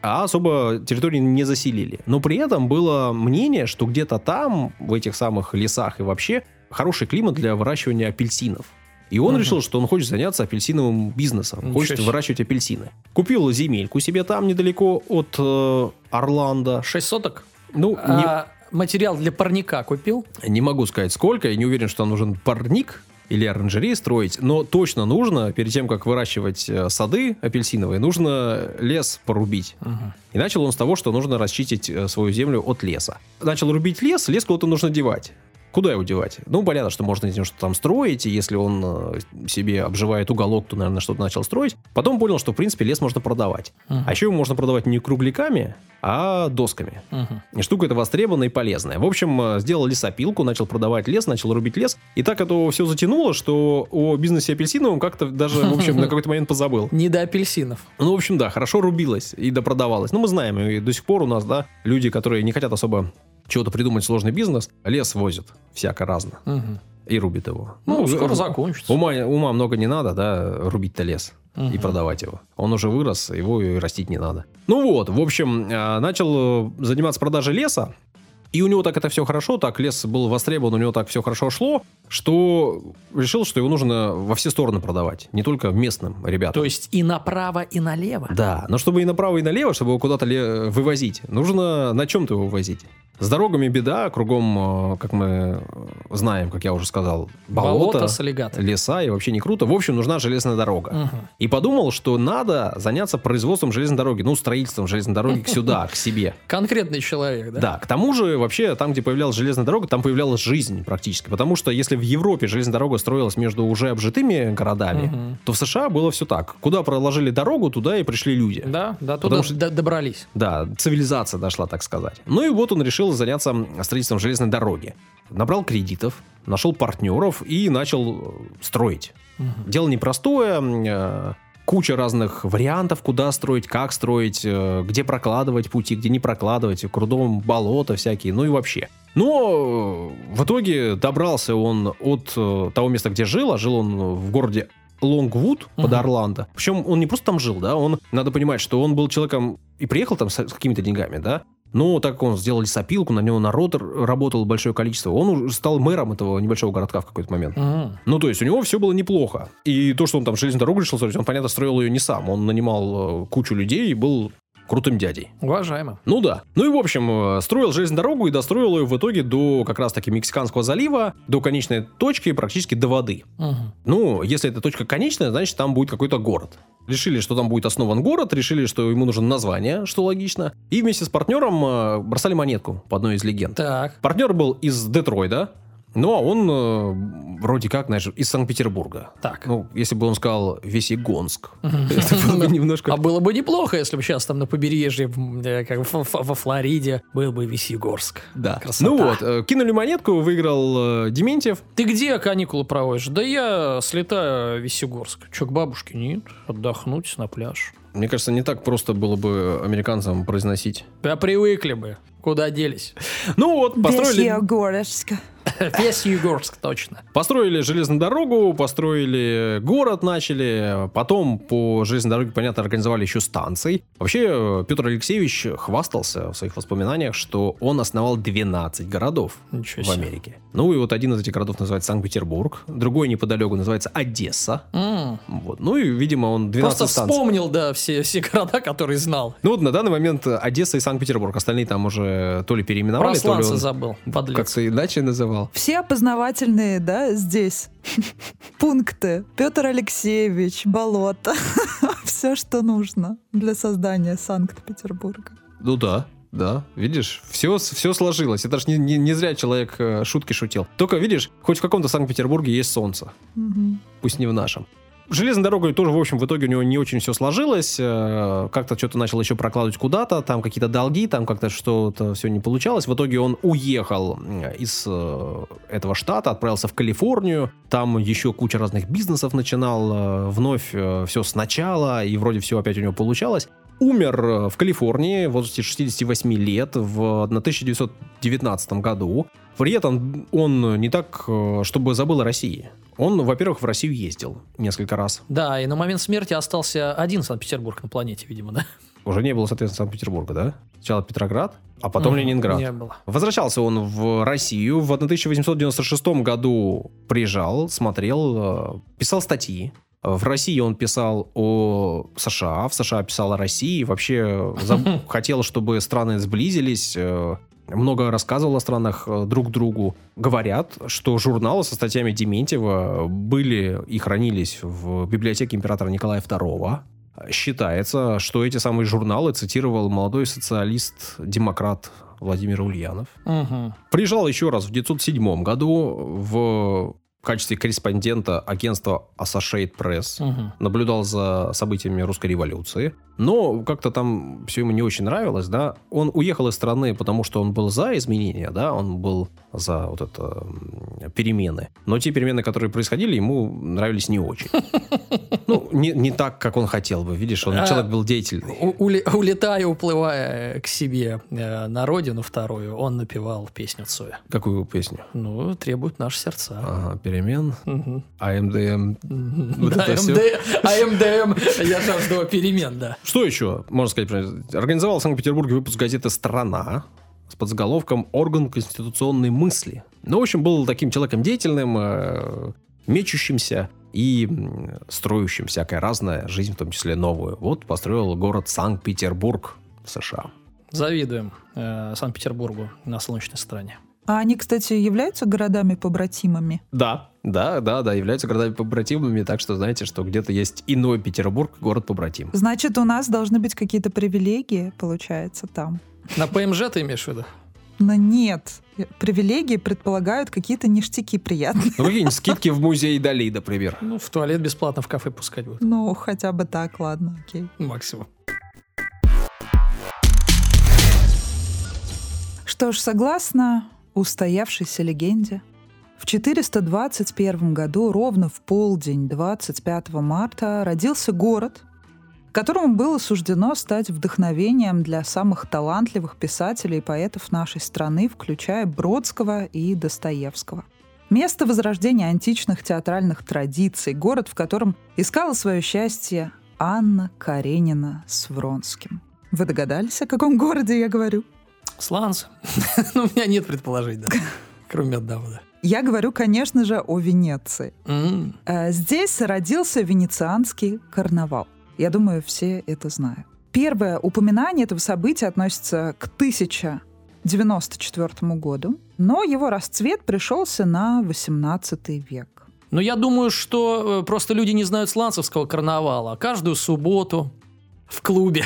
а особо территории не заселили. Но при этом было мнение, что где-то там, в этих самых лесах и вообще, хороший климат для выращивания апельсинов. И он решил, что он хочет заняться апельсиновым бизнесом, хочет выращивать апельсины. Купил земельку себе там недалеко от Орландо. 6 соток? Ну, материал для парника купил? Не могу сказать сколько, я не уверен, что нужен парник или оранжерею строить, но точно нужно, перед тем, как выращивать сады апельсиновые, нужно лес порубить. И начал он с того, что нужно расчистить свою землю от леса. Начал рубить лес куда-то нужно девать. Куда его девать? Ну, понятно, что можно из него что-то там строить, и если он себе обживает уголок, то, наверное, что-то начал строить. Потом понял, что, в принципе, лес можно продавать. А еще его можно продавать не кругляками, а досками. И штука эта востребованная и полезная. В общем, сделал лесопилку, начал продавать лес, начал рубить лес. И так это все затянуло, что о бизнесе апельсиновом как-то даже, в общем, на какой-то момент позабыл. Не до апельсинов. Ну, в общем, да, хорошо рубилось и допродавалось. Ну, мы знаем, и до сих пор у нас, да, люди, которые не хотят особо чего-то придумать сложный бизнес, лес возят всяко разно. И рубит его. Ну, скоро закончится. Ума много не надо, да, рубить-то лес и продавать его. Он уже вырос, его и растить не надо. Ну вот, в общем, начал заниматься продажей леса, и у него так это все хорошо, так лес был востребован, у него так все хорошо шло, что решил, что его нужно во все стороны продавать, не только местным ребятам. То есть и направо, и налево? Да, но чтобы и направо, и налево, чтобы его куда-то вывозить, нужно на чем-то его вывозить. С дорогами беда, кругом, как мы знаем, как я уже сказал, болото с аллигатором, леса, и вообще не круто. В общем, нужна железная дорога. И подумал, что надо заняться производством железной дороги, ну, строительством железной дороги сюда, к себе. Конкретный человек, да? Да, к тому же, вообще, там, где появлялась железная дорога, там появлялась жизнь практически. Потому что если в Европе железная дорога строилась между уже обжитыми городами, то в США было все так. Куда проложили дорогу, туда и пришли люди. Да, туда добрались. Да, цивилизация дошла, так сказать. Ну и вот он решил заняться строительством железной дороги. Набрал кредитов, нашел партнеров и начал строить. Дело непростое, куча разных вариантов, куда строить, как строить, где прокладывать пути, где не прокладывать, кругом болота всякие, ну и вообще. Но в итоге добрался он от того места, где жил, а жил он в городе Лонгвуд под Орландо. Причем он не просто там жил, да, надо понимать, что он был человеком и приехал там с какими-то деньгами, да, но так как он сделал лесопилку, на него народ работало большое количество, он уже стал мэром этого небольшого городка в какой-то момент. Ну, то есть у него все было неплохо. И то, что он там железную дорогу решил строить, он, понятно, строил ее не сам. Он нанимал кучу людей и был крутым дядей. Уважаемо. Ну да. Ну и, в общем, строил железную дорогу и достроил ее в итоге до как раз-таки Мексиканского залива, до конечной точки, практически до воды. Ну, если эта точка конечная, значит, там будет какой-то город. Решили, что там будет основан город, решили, что ему нужно название, что логично. И вместе с партнером бросали монетку по одной из легенд. Так. Партнер был из Детройта, ну, а он вроде как, знаешь, из Санкт-Петербурга. Так. Ну, если бы он сказал Весьегонск, это было бы немножко... А было бы неплохо, если бы сейчас там на побережье, как во Флориде, был бы Весьегорск. Да. Красота. Ну вот, кинули монетку, выиграл Дементьев. Ты где каникулы проводишь? Да я слетаю в Весьегорск. Че, к бабушке? Нет, отдохнуть на пляж. Мне кажется, не так просто было бы американцам произносить. Да привыкли бы. Куда делись? Ну вот, построили... Весьегорск. Весьегорск, точно. Построили железную дорогу, построили город, начали. Потом по железной дороге, понятно, организовали еще станции. Вообще, Петр Алексеевич хвастался в своих воспоминаниях, что он основал 12 городов в Америке. Ну и вот один из этих городов называется Санкт-Петербург, другой неподалеку называется Одесса. Вот. Ну и, видимо, он 12 просто станций. Вспомнил, да, все города, которые знал. Ну вот на данный момент Одесса и Санкт-Петербург. Остальные там уже то ли переименовали, то ли он забыл. Подлец. Как-то иначе называл. Все опознавательные, да, здесь пункты. Петр Алексеевич, болото. Все, что нужно для создания Санкт-Петербурга. Ну да. Да, видишь, все сложилось. Это ж не зря человек шутки шутил. Только, видишь, хоть в каком-то Санкт-Петербурге есть солнце. Пусть не в нашем. Железной дорогой тоже, в общем, в итоге у него не очень все сложилось. Как-то что-то начал еще прокладывать куда-то, там какие-то долги, там как-то что-то все не получалось. В итоге он уехал из этого штата, отправился в Калифорнию. Там еще куча разных бизнесов начинал. Вновь все сначала, и вроде все опять у него получалось. Умер в Калифорнии в возрасте 68 лет в 1919 году. При этом он не так, чтобы забыл о России. Он, во-первых, в Россию ездил несколько раз. Да, и на момент смерти остался один Санкт-Петербург на планете, видимо, да? уже не было, соответственно, Санкт-Петербурга, да? Сначала Петроград, а потом Ленинград. Не было. Возвращался он в Россию. В 1896 году приезжал, смотрел, писал статьи. В России он писал о США, в США писал о России. Вообще хотел, чтобы страны сблизились. Много рассказывал о странах друг другу. Говорят, что журналы со статьями Дементьева были и хранились в библиотеке императора Николая II. Считается, что эти самые журналы цитировал молодой социалист-демократ Владимир Ульянов. Угу. Приезжал еще раз в 1907 году в качестве корреспондента агентства Associated Press. Угу. Наблюдал за событиями русской революции. Но как-то там все ему не очень нравилось, да. Он уехал из страны, потому что он был за изменения, да, он был за вот это перемены. Но те перемены, которые происходили, ему нравились не очень. Ну, не так, как он хотел бы. Видишь, он человек был деятельный. Улетая, уплывая к себе на родину вторую, он напевал песню Цоя. Какую песню? Ну, требуют наши сердца. Ага, перемен. Угу. АМДМ. Вот Да, это всё. АМДМ. Я жажду перемен, да. Что еще, можно сказать? Организовал в Санкт-Петербурге выпуск газеты «Страна» с подзаголовком «Орган конституционной мысли». Ну, в общем, был таким человеком деятельным, мечущимся и строящим всякое разное, жизнь в том числе новую. Вот построил город Санкт-Петербург в США. Завидуем Санкт-Петербургу на солнечной стороне. А они, кстати, являются городами-побратимами? Да, являются городами-побратимами, так что знаете, что где-то есть иной Петербург, город-побратим. Значит, у нас должны быть какие-то привилегии, получается, там. На ПМЖ ты имеешь в виду? Но нет. Привилегии предполагают какие-то ништяки приятные. Ну, какие-нибудь скидки в музее Дали, например. Ну, в туалет бесплатно в кафе пускать будут. Ну, хотя бы так, ладно, окей. Максимум. Что ж, согласно устоявшейся легенде, в 421 году, ровно в полдень 25 марта, родился город, которому было суждено стать вдохновением для самых талантливых писателей и поэтов нашей страны, включая Бродского и Достоевского. Место возрождения античных театральных традиций, город, в котором искала свое счастье Анна Каренина с Вронским. Вы догадались, о каком городе я говорю? Сланцы. Ну, у меня нет предположений, да. Кроме одного, да. Я говорю, конечно же, о Венеции. Здесь родился венецианский карнавал. Я думаю, все это знают. Первое упоминание этого события относится к 1094 году, но его расцвет пришелся на XVIII век. Но я думаю, что просто люди не знают сланцевского карнавала. Каждую субботу в клубе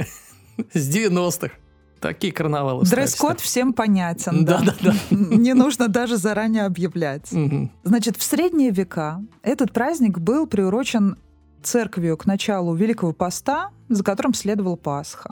с 90-х такие карнавалы. Дресс-код всем понятен. Да. Не нужно даже заранее объявлять. Значит, в средние века этот праздник был приурочен церковью к началу Великого Поста, за которым следовала Пасха.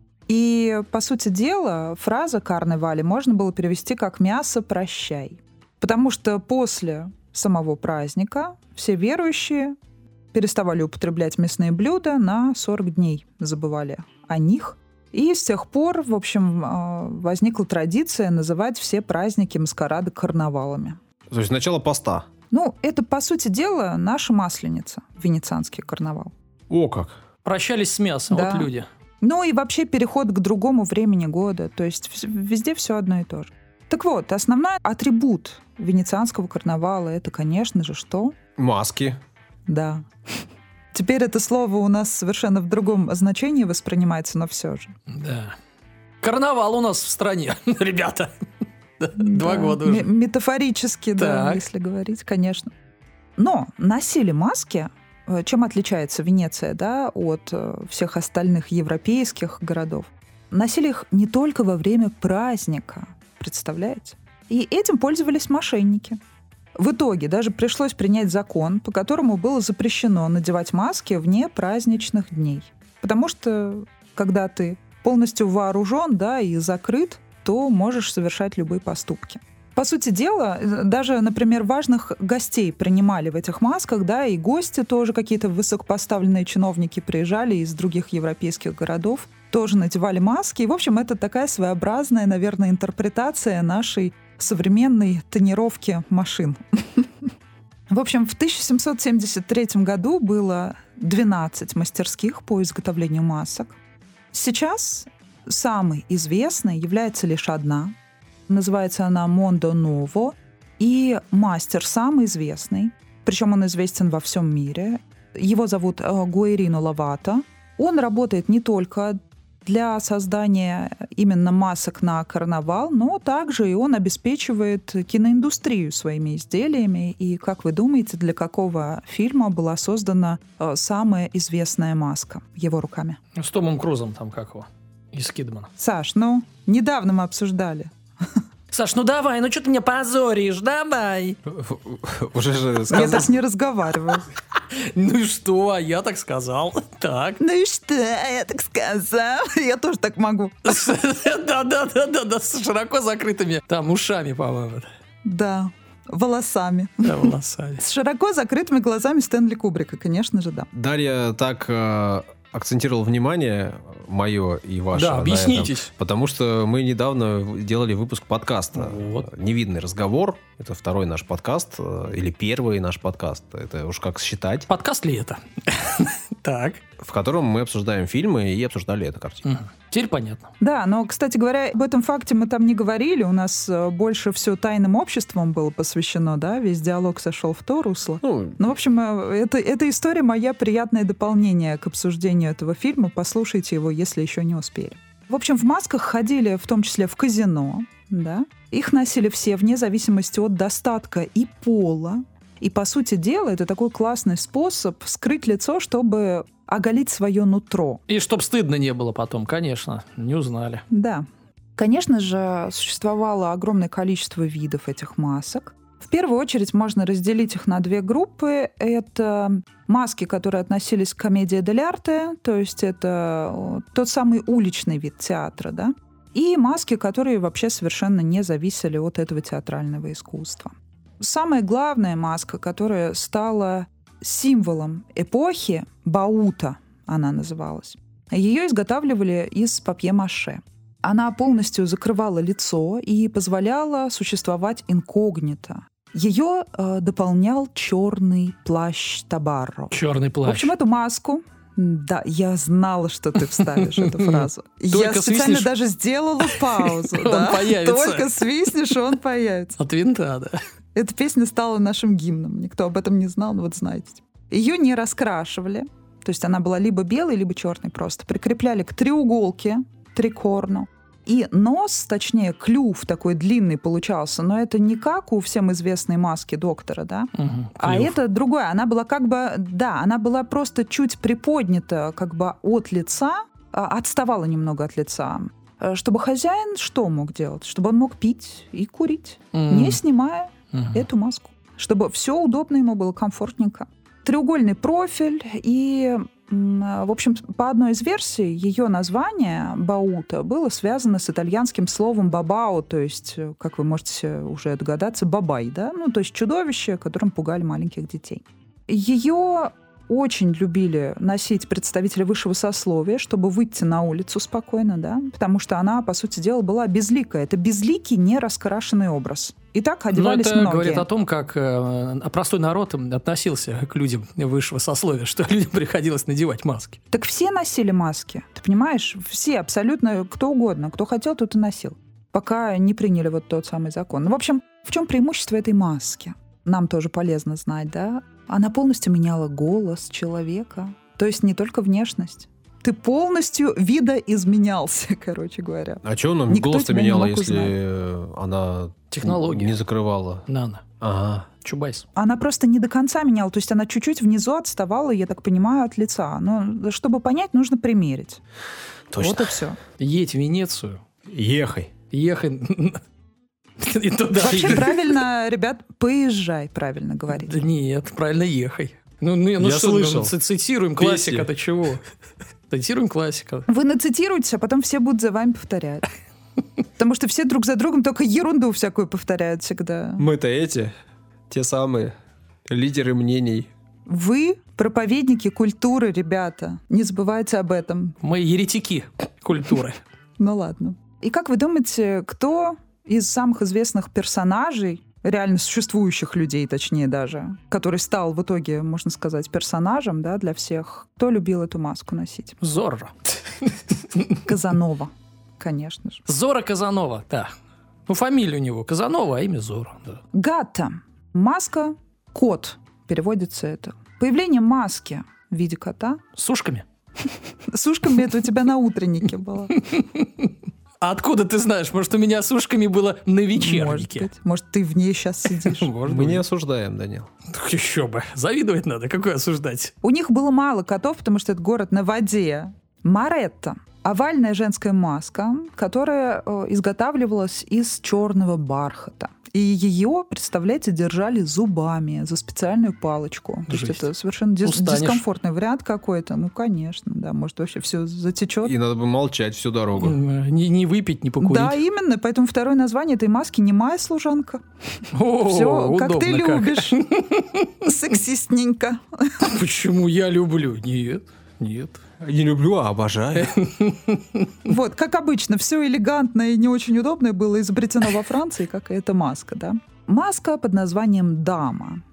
И, по сути дела, фраза «карневали» можно было перевести как «мясо, прощай». Потому что после самого праздника все верующие переставали употреблять мясные блюда на 40 дней, забывали о них. И с тех пор, в общем, возникла традиция называть все праздники маскарады карнавалами. То есть начало поста. Ну, это, по сути дела, наша масленица, венецианский карнавал. О как! Прощались с мясом, Да. вот люди. Ну и вообще переход к другому времени года. То есть везде все одно и то же. Так вот, основной атрибут венецианского карнавала — это, конечно же, что? Маски. Да. Теперь это слово у нас совершенно в другом значении воспринимается, но все же. Да. Карнавал у нас в стране, ребята. 2 года уже. Метафорически, да, Так. если говорить, конечно. Но носили маски. Чем отличается Венеция, да, от всех остальных европейских городов? Носили их не только во время праздника, представляете? И этим пользовались мошенники. В итоге даже пришлось принять закон, по которому было запрещено надевать маски вне праздничных дней. Потому что, когда ты полностью вооружен, да, и закрыт, то можешь совершать любые поступки. По сути дела, даже, например, важных гостей принимали в этих масках, да, и гости тоже, какие-то высокопоставленные чиновники приезжали из других европейских городов, тоже надевали маски. И, в общем, это такая своеобразная, наверное, интерпретация нашей современной тонировки машин. В общем, в 1773 году было 12 мастерских по изготовлению масок. Сейчас самой известной является лишь одна. Называется она Мондо Ново. И мастер самый известный, причем он известен во всем мире. Его зовут Гуэрино Ловато. Он работает не только для создания именно масок на карнавал, но также и он обеспечивает киноиндустрию своими изделиями. И, как вы думаете, для какого фильма была создана самая известная маска его руками? С Томом Крузом там как его? Из Кидмана. Саш, недавно мы обсуждали. Саш, давай, что ты меня позоришь, давай. Уже же Я сказал. так не разговариваю. Ну и что, я так сказал. Так. Ну и что, я так сказал. Я тоже так могу. Да, с широко закрытыми там ушами, по-моему. Да, волосами. Да, волосами. С широко закрытыми глазами Стэнли Кубрика, конечно же, да. Дарья так акцентировал внимание мое и ваше. Да, на объяснитесь. этом, потому что мы недавно делали выпуск подкаста Вот. «Невидный разговор». Это второй наш подкаст или первый наш подкаст. Это уж как считать. Подкаст ли это? Так. В котором мы обсуждаем фильмы и обсуждали эту картину. Теперь понятно. Да, но, кстати говоря, об этом факте мы там не говорили. У нас больше все тайным обществом было посвящено, да? Весь диалог сошел в то русло. Ну, в общем, эта история моя приятное дополнение к обсуждению этого фильма. Послушайте его, если еще не успели. В общем, в масках ходили в том числе в казино, да? Их носили все вне зависимости от достатка и пола. И, по сути дела, это такой классный способ скрыть лицо, чтобы оголить свое нутро. И чтоб стыдно не было потом, конечно, не узнали. Да. Конечно же, существовало огромное количество видов этих масок. В первую очередь можно разделить их на две группы. Это маски, которые относились к комедии дель арте, то есть это тот самый уличный вид театра, да? И маски, которые вообще совершенно не зависели от этого театрального искусства. Самая главная маска, которая стала символом эпохи, баута она называлась, ее изготавливали из папье-маше. Она полностью закрывала лицо и позволяла существовать инкогнито. Ее дополнял черный плащ табарро. Черный плащ. В общем, эту маску... Да, я знала, что ты вставишь эту фразу. Я специально даже сделала паузу. Он появится. Только свистнешь, он появится. От винта, да. Эта песня стала нашим гимном. Никто об этом не знал, но вот знаете. Ее не раскрашивали. То есть она была либо белой, либо черной просто. Прикрепляли к треуголке, трикорну. И нос, точнее, клюв такой длинный получался, но это не как у всем известной маски доктора, да? А это другое. Она была как бы, да, она была просто чуть приподнята как бы от лица, отставала немного от лица. Чтобы хозяин что мог делать? Чтобы он мог пить и курить, не снимая эту маску. Чтобы все удобно ему было, комфортненько. Треугольный профиль и... В общем, по одной из версий, ее название «баута» было связано с итальянским словом «бабао», то есть, как вы можете уже догадаться, «бабай», да? Ну, то есть чудовище, которым пугали маленьких детей. Ее очень любили носить представители высшего сословия, чтобы выйти на улицу спокойно, да? Потому что она, по сути дела, была безликая. Это безликий, не раскрашенный образ. И так одевались это многие. Говорит о том, как простой народ относился к людям высшего сословия, что людям приходилось надевать маски. Так все носили маски, ты понимаешь? Все, абсолютно кто угодно. Кто хотел, тот и носил. Пока не приняли вот тот самый закон. Ну, в общем, в чем преимущество этой маски? Нам тоже полезно знать, да? Она полностью меняла голос человека. То есть не только внешность. Ты полностью видоизменялся, короче говоря. А что она голос-то меняла, если она технология не закрывала? Нано. Ага. Чубайс. Она просто не до конца меняла. То есть она чуть-чуть внизу отставала, я так понимаю, от лица. Но чтобы понять, нужно примерить. Точно. Вот и все. Едь в Венецию. Ехай. Ехай... И туда. Вообще правильно, ребят, поезжай, правильно говорить. Да нет, правильно ехай. Ну я что, слышал. Цитируем Песни. классика-то чего? Цитируем классика. Вы нацитируете, а потом все будут за вами повторять. Потому что все друг за другом только ерунду всякую повторяют всегда. Мы-то те самые лидеры мнений. Вы проповедники культуры, ребята. Не забывайте об этом. Мы еретики культуры. Ну ладно. И как вы думаете, кто из самых известных персонажей реально существующих людей, точнее даже, который стал в итоге, можно сказать, персонажем, да, для всех. Кто любил эту маску носить? Зорро. Казанова, конечно же. Зорро Казанова, да. Ну, фамилия у него Казанова, а имя Зорро. Да. Гатта. Маска, кот. Переводится это. Появление маски в виде кота. С ушками. С ушками это у тебя на утреннике было. А откуда ты знаешь? Может, у меня с ушками было на вечернике? Может быть. Может, ты в ней сейчас сидишь. Мы не осуждаем, Данил. Так еще бы. Завидовать надо. Какой осуждать? У них было мало котов, потому что это город на воде. Маретта. Овальная женская маска, которая изготавливалась из черного бархата. И ее, представляете, держали зубами за специальную палочку. То есть это совершенно дискомфортный вариант какой-то. Ну, конечно, да. Может, вообще все затечет. И надо бы молчать всю дорогу. Не выпить, не покурить. Да, именно. Поэтому второе название этой маски «Немая служанка». Все, как ты любишь. Сексистненько. Почему я люблю? Нет. Не люблю, а обожаю. Вот, как обычно, все элегантное и не очень удобное было изобретено во Франции, как и эта маска, да. Маска под названием «Дама».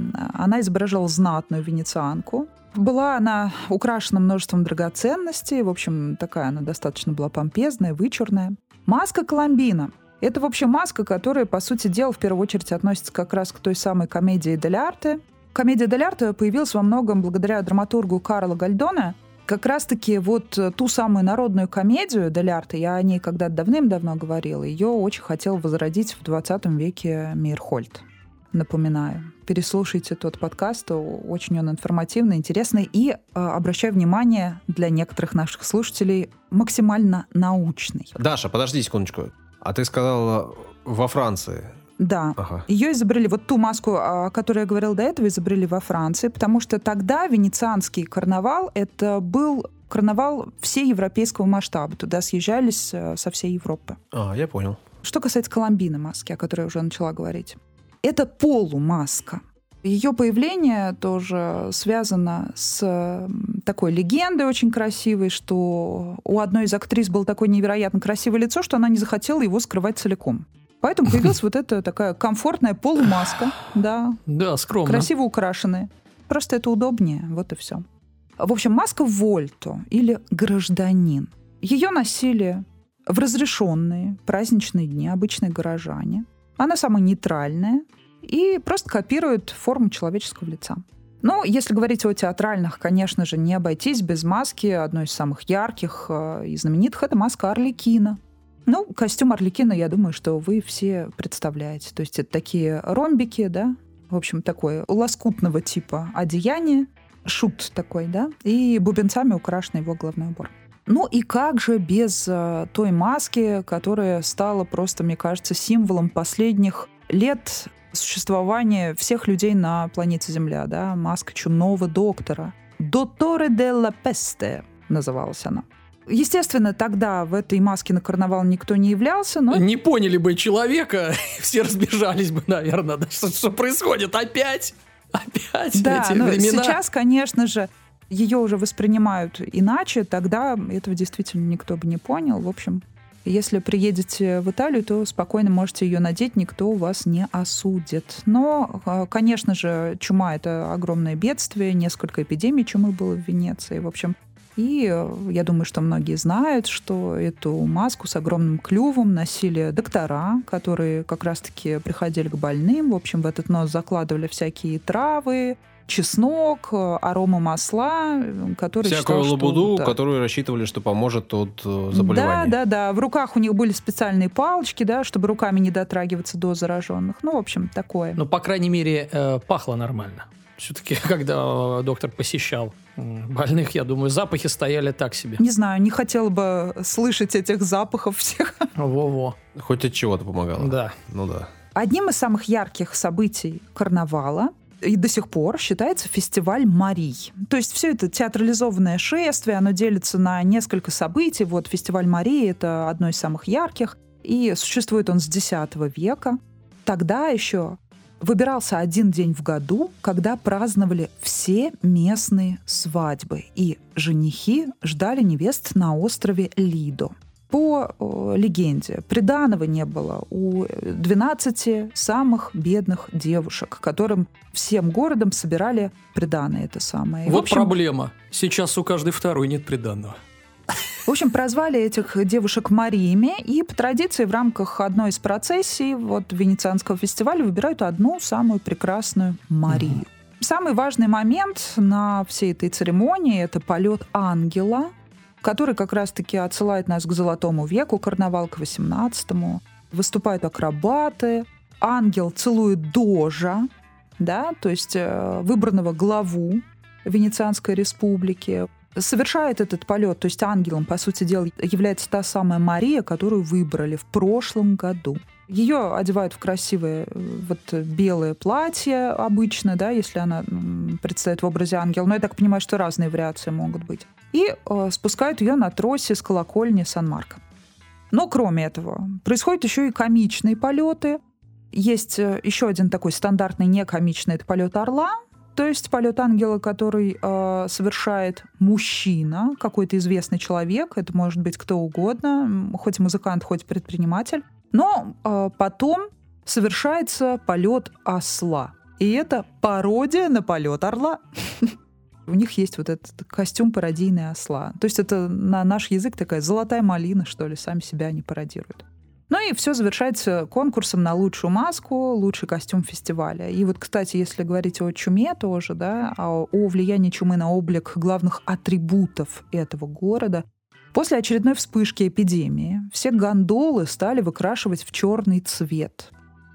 Она изображала знатную венецианку. Была она украшена множеством драгоценностей. В общем, такая она достаточно была помпезная, вычурная. Маска Коломбина. Это, в общем, маска, которая, по сути дела, в первую очередь относится как раз к той самой комедии дель арте. Комедия дель арте появилась во многом благодаря драматургу Карло Гальдоне. Как раз-таки вот ту самую народную комедию дель арте, я о ней когда-то давным-давно говорила, ее очень хотел возродить в 20 веке Мейерхольд. Напоминаю. Переслушайте тот подкаст, очень он информативный, интересный и, обращаю внимание, для некоторых наших слушателей, максимально научный. Даша, подожди секундочку. А ты сказала во Франции. Да. Ага. Ее изобрели, вот ту маску, о которой я говорила до этого, изобрели во Франции, потому что тогда венецианский карнавал, это был карнавал всеевропейского масштаба. Туда съезжались со всей Европы. Я понял. Что касается Коломбины маски, о которой я уже начала говорить. Это полумаска. Ее появление тоже связано с такой легендой очень красивой, что у одной из актрис было такое невероятно красивое лицо, что она не захотела его скрывать целиком. Поэтому появилась вот эта такая комфортная полумаска, да. Да, скромно. Красиво украшенная. Просто это удобнее, вот и все. В общем, маска Вольто или гражданин. Ее носили в разрешенные праздничные дни обычные горожане. Она самая нейтральная и просто копирует форму человеческого лица. Ну, если говорить о театральных, конечно же, не обойтись без маски. Одной из самых ярких и знаменитых — это маска Арлекина. Ну, костюм Арлекина, я думаю, что вы все представляете. То есть это такие ромбики, да, в общем, такое лоскутного типа одеяние, шут такой, да, и бубенцами украшен его головной убор. Ну и как же без той маски, которая стала просто, мне кажется, символом последних лет существования всех людей на планете Земля, да, маска чумного доктора. «Дотторе делла песте» называлась она. Естественно, тогда в этой маске на карнавал никто не являлся, но... Не поняли бы человека, все разбежались бы, наверное. Да? Что происходит? Опять да, эти времена? Сейчас, конечно же, ее уже воспринимают иначе. Тогда этого действительно никто бы не понял. В общем, если приедете в Италию, то спокойно можете ее надеть, никто вас не осудит. Но, конечно же, чума — это огромное бедствие. Несколько эпидемий чумы было в Венеции. В общем, и я думаю, что многие знают, что эту маску с огромным клювом носили доктора, которые как раз-таки приходили к больным. В общем, в этот нос закладывали всякие травы, чеснок, аромамасла, которые всякую считал, лабуду, что... которую рассчитывали, что поможет от заболевания. Да. В руках у них были специальные палочки, да, чтобы руками не дотрагиваться до зараженных. Ну, в общем, такое. Ну, по крайней мере, пахло нормально. Все-таки, когда доктор посещал больных, я думаю, запахи стояли так себе. Не знаю, не хотела бы слышать этих запахов всех. Во-во. Хоть от чего-то помогало. Да. Ну да. Одним из самых ярких событий карнавала и до сих пор считается фестиваль Марий. То есть все это театрализованное шествие, оно делится на несколько событий. Вот фестиваль Марии — это одно из самых ярких, и существует он с X века. Тогда еще выбирался один день в году, когда праздновали все местные свадьбы, и женихи ждали невест на острове Лидо. По легенде, приданого не было у 12 самых бедных девушек, которым всем городом собирали приданое это самое. И, вот проблема. Сейчас у каждой второй нет приданого. В общем, прозвали этих девушек Мариями, и по традиции в рамках одной из процессий Венецианского фестиваля выбирают одну самую прекрасную Марию. Самый важный момент на всей этой церемонии — это полет ангела, который как раз-таки отсылает нас к Золотому веку, карнавал к 18-му. Выступают акробаты, ангел целует дожа, да, то есть выбранного главу Венецианской республики. Совершает этот полет, то есть ангелом, по сути дела, является та самая Мария, которую выбрали в прошлом году. Ее одевают в красивое белое платье обычно, да, если она предстоит в образе ангела. Но я так понимаю, что разные вариации могут быть. И спускают ее на тросе с колокольни Сан-Марко. Но кроме этого, происходят еще и комичные полеты. Есть еще один такой стандартный некомичный, это полет орла. То есть полет ангела, который совершает мужчина, какой-то известный человек, это может быть кто угодно, хоть музыкант, хоть предприниматель. Но потом совершается полет осла. И это пародия на полет орла. У них есть этот костюм пародийный осла. То есть это на наш язык такая золотая малина, что ли, сами себя они пародируют. Ну и все завершается конкурсом на лучшую маску, лучший костюм фестиваля. И кстати, если говорить о чуме тоже, да, о влиянии чумы на облик главных атрибутов этого города, после очередной вспышки эпидемии все гондолы стали выкрашивать в черный цвет,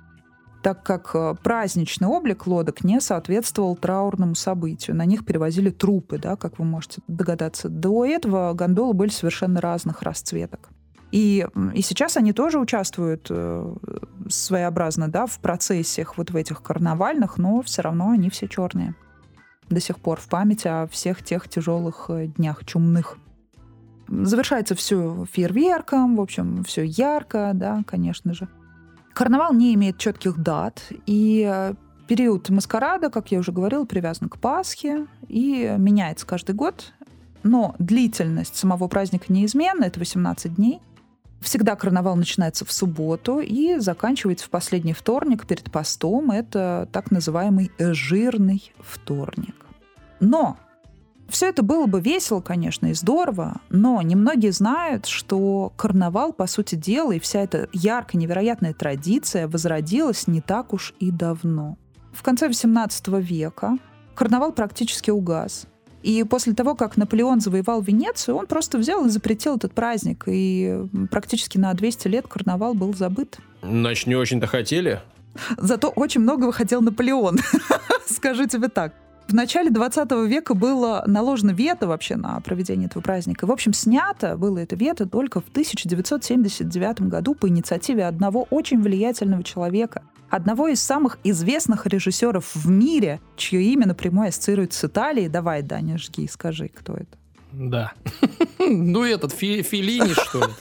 так как праздничный облик лодок не соответствовал траурному событию. На них перевозили трупы, да, как вы можете догадаться. До этого гондолы были совершенно разных расцветок. И сейчас они тоже участвуют своеобразно, да, в процессиях в этих карнавальных, но все равно они все черные. До сих пор в память о всех тех тяжелых днях чумных. Завершается все фейерверком, в общем, все ярко, да, конечно же. Карнавал не имеет четких дат, и период маскарада, как я уже говорила, привязан к Пасхе и меняется каждый год, но длительность самого праздника неизменна, это 18 дней. Всегда карнавал начинается в субботу и заканчивается в последний вторник перед постом. Это так называемый жирный вторник. Но все это было бы весело, конечно, и здорово, но немногие знают, что карнавал, по сути дела, и вся эта яркая, невероятная традиция возродилась не так уж и давно. В конце XVIII века карнавал практически угас. И после того, как Наполеон завоевал Венецию, он просто взял и запретил этот праздник. И практически на 200 лет карнавал был забыт. Значит, не очень-то хотели. Зато очень многого хотел Наполеон. Скажу тебе так. В начале 20 века было наложено вето вообще на проведение этого праздника. В общем, снято было это вето только в 1979 году по инициативе одного очень влиятельного человека, одного из самых известных режиссеров в мире, чье имя напрямую ассоциируется с Италией. Давай, Даня, жги, скажи, кто это. Да. Ну, этот Феллини, что ли?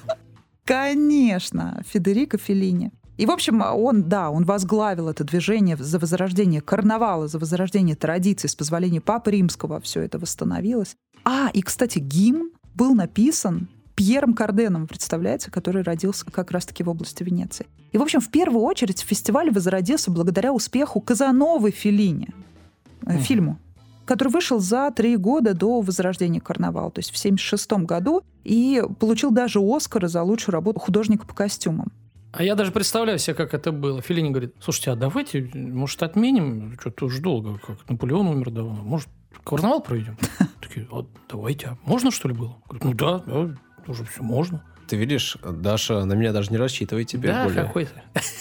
Конечно, Федерико Феллини. И, в общем, он возглавил это движение за возрождение карнавала, за возрождение традиций, с позволения Папы Римского все это восстановилось. И, кстати, гимн был написан Пьером Карденом, представляете, который родился как раз-таки в области Венеции. И, в общем, в первую очередь фестиваль возродился благодаря успеху Казановы Феллини, фильму, который вышел за 3 года до возрождения карнавала, то есть в 1976 году, и получил даже Оскара за лучшую работу художника по костюмам. А я даже представляю себе, как это было. Феллини говорит: слушайте, а давайте, может, отменим? Что-то уж долго, как Наполеон умер давно. Может, карнавал проведем? Такие: давайте. А можно, что ли, было? Говорит: да, уже все можно. Ты видишь, Даша на меня даже не рассчитывает теперь да, более. Какой-то.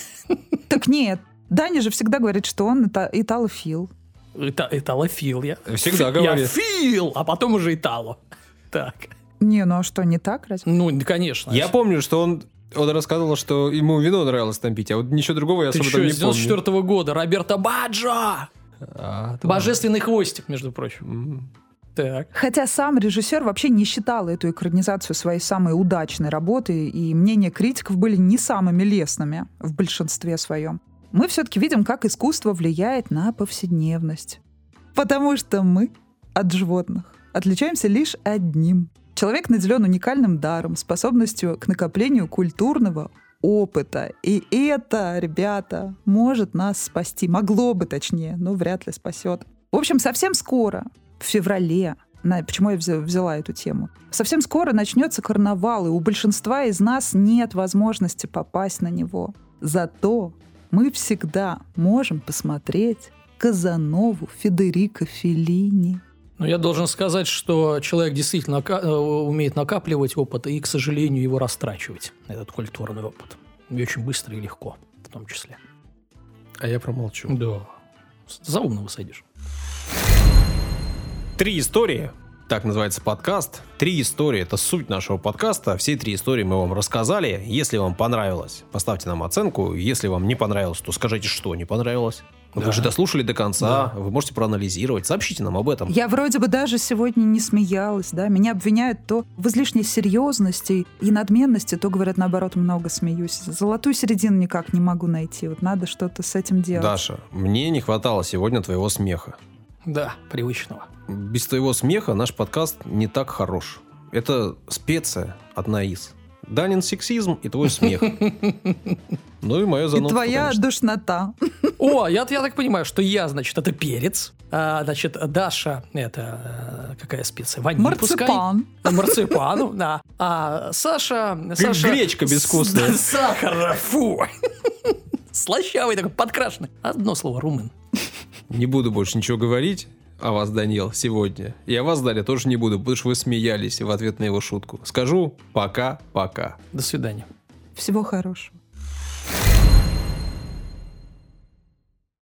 Так нет, Даня же всегда говорит, что он италофил. Италофил я. Всегда говорит. Я фил, а потом уже итало. Так. Не, ну а что, не так разве? Ну, конечно. Я помню, что он рассказывал, что ему вино нравилось там пить, а вот ничего другого я особо там не помню. С 94 года. Роберто Баджо! Божественный хвостик, между прочим. Так. Хотя сам режиссер вообще не считал эту экранизацию своей самой удачной работой, и мнения критиков были не самыми лестными в большинстве своем. Мы все-таки видим, как искусство влияет на повседневность. Потому что мы от животных отличаемся лишь одним. Человек наделен уникальным даром, способностью к накоплению культурного опыта. И это, ребята, может нас спасти. Могло бы, точнее, но вряд ли спасет. В общем, совсем скоро, в феврале, почему я взяла эту тему, совсем скоро начнется карнавал, и у большинства из нас нет возможности попасть на него. Зато мы всегда можем посмотреть Казанову Федерико Феллини. Но я должен сказать, что человек действительно умеет накапливать опыт и, к сожалению, его растрачивать, этот культурный опыт. И очень быстро и легко, в том числе. А я промолчу. Да. За умного сойдешь. 3 истории. Так называется подкаст. 3 истории. Это суть нашего подкаста. Все 3 истории мы вам рассказали. Если вам понравилось, поставьте нам оценку. Если вам не понравилось, то скажите, что не понравилось. Да. Вы же дослушали до конца, вы можете проанализировать. Сообщите нам об этом. Я вроде бы даже сегодня не смеялась, да. Меня обвиняют то в излишней серьезности и надменности, то, говорят, наоборот, много смеюсь. Золотую середину никак не могу найти. Вот надо что-то с этим делать. Даша, мне не хватало сегодня твоего смеха. Да, привычного. Без твоего смеха наш подкаст не так хорош. Это специя одна из. Данин сексизм и твой смех. Ну и мое занудство, и твоя конечно. Душнота. О, я так понимаю, что я, значит, это перец. Значит, Даша, это какая специя? Ваниль, марципан. Пускай. Марципан, да. А Саша... Гречка безвкусная. Сахар, фу. Слащавый такой, подкрашенный. Одно слово, румын. Не буду больше ничего говорить о вас, Даниил, сегодня. И о вас, Дарья, тоже не буду, потому что вы смеялись в ответ на его шутку. Скажу пока-пока. До свидания. Всего хорошего.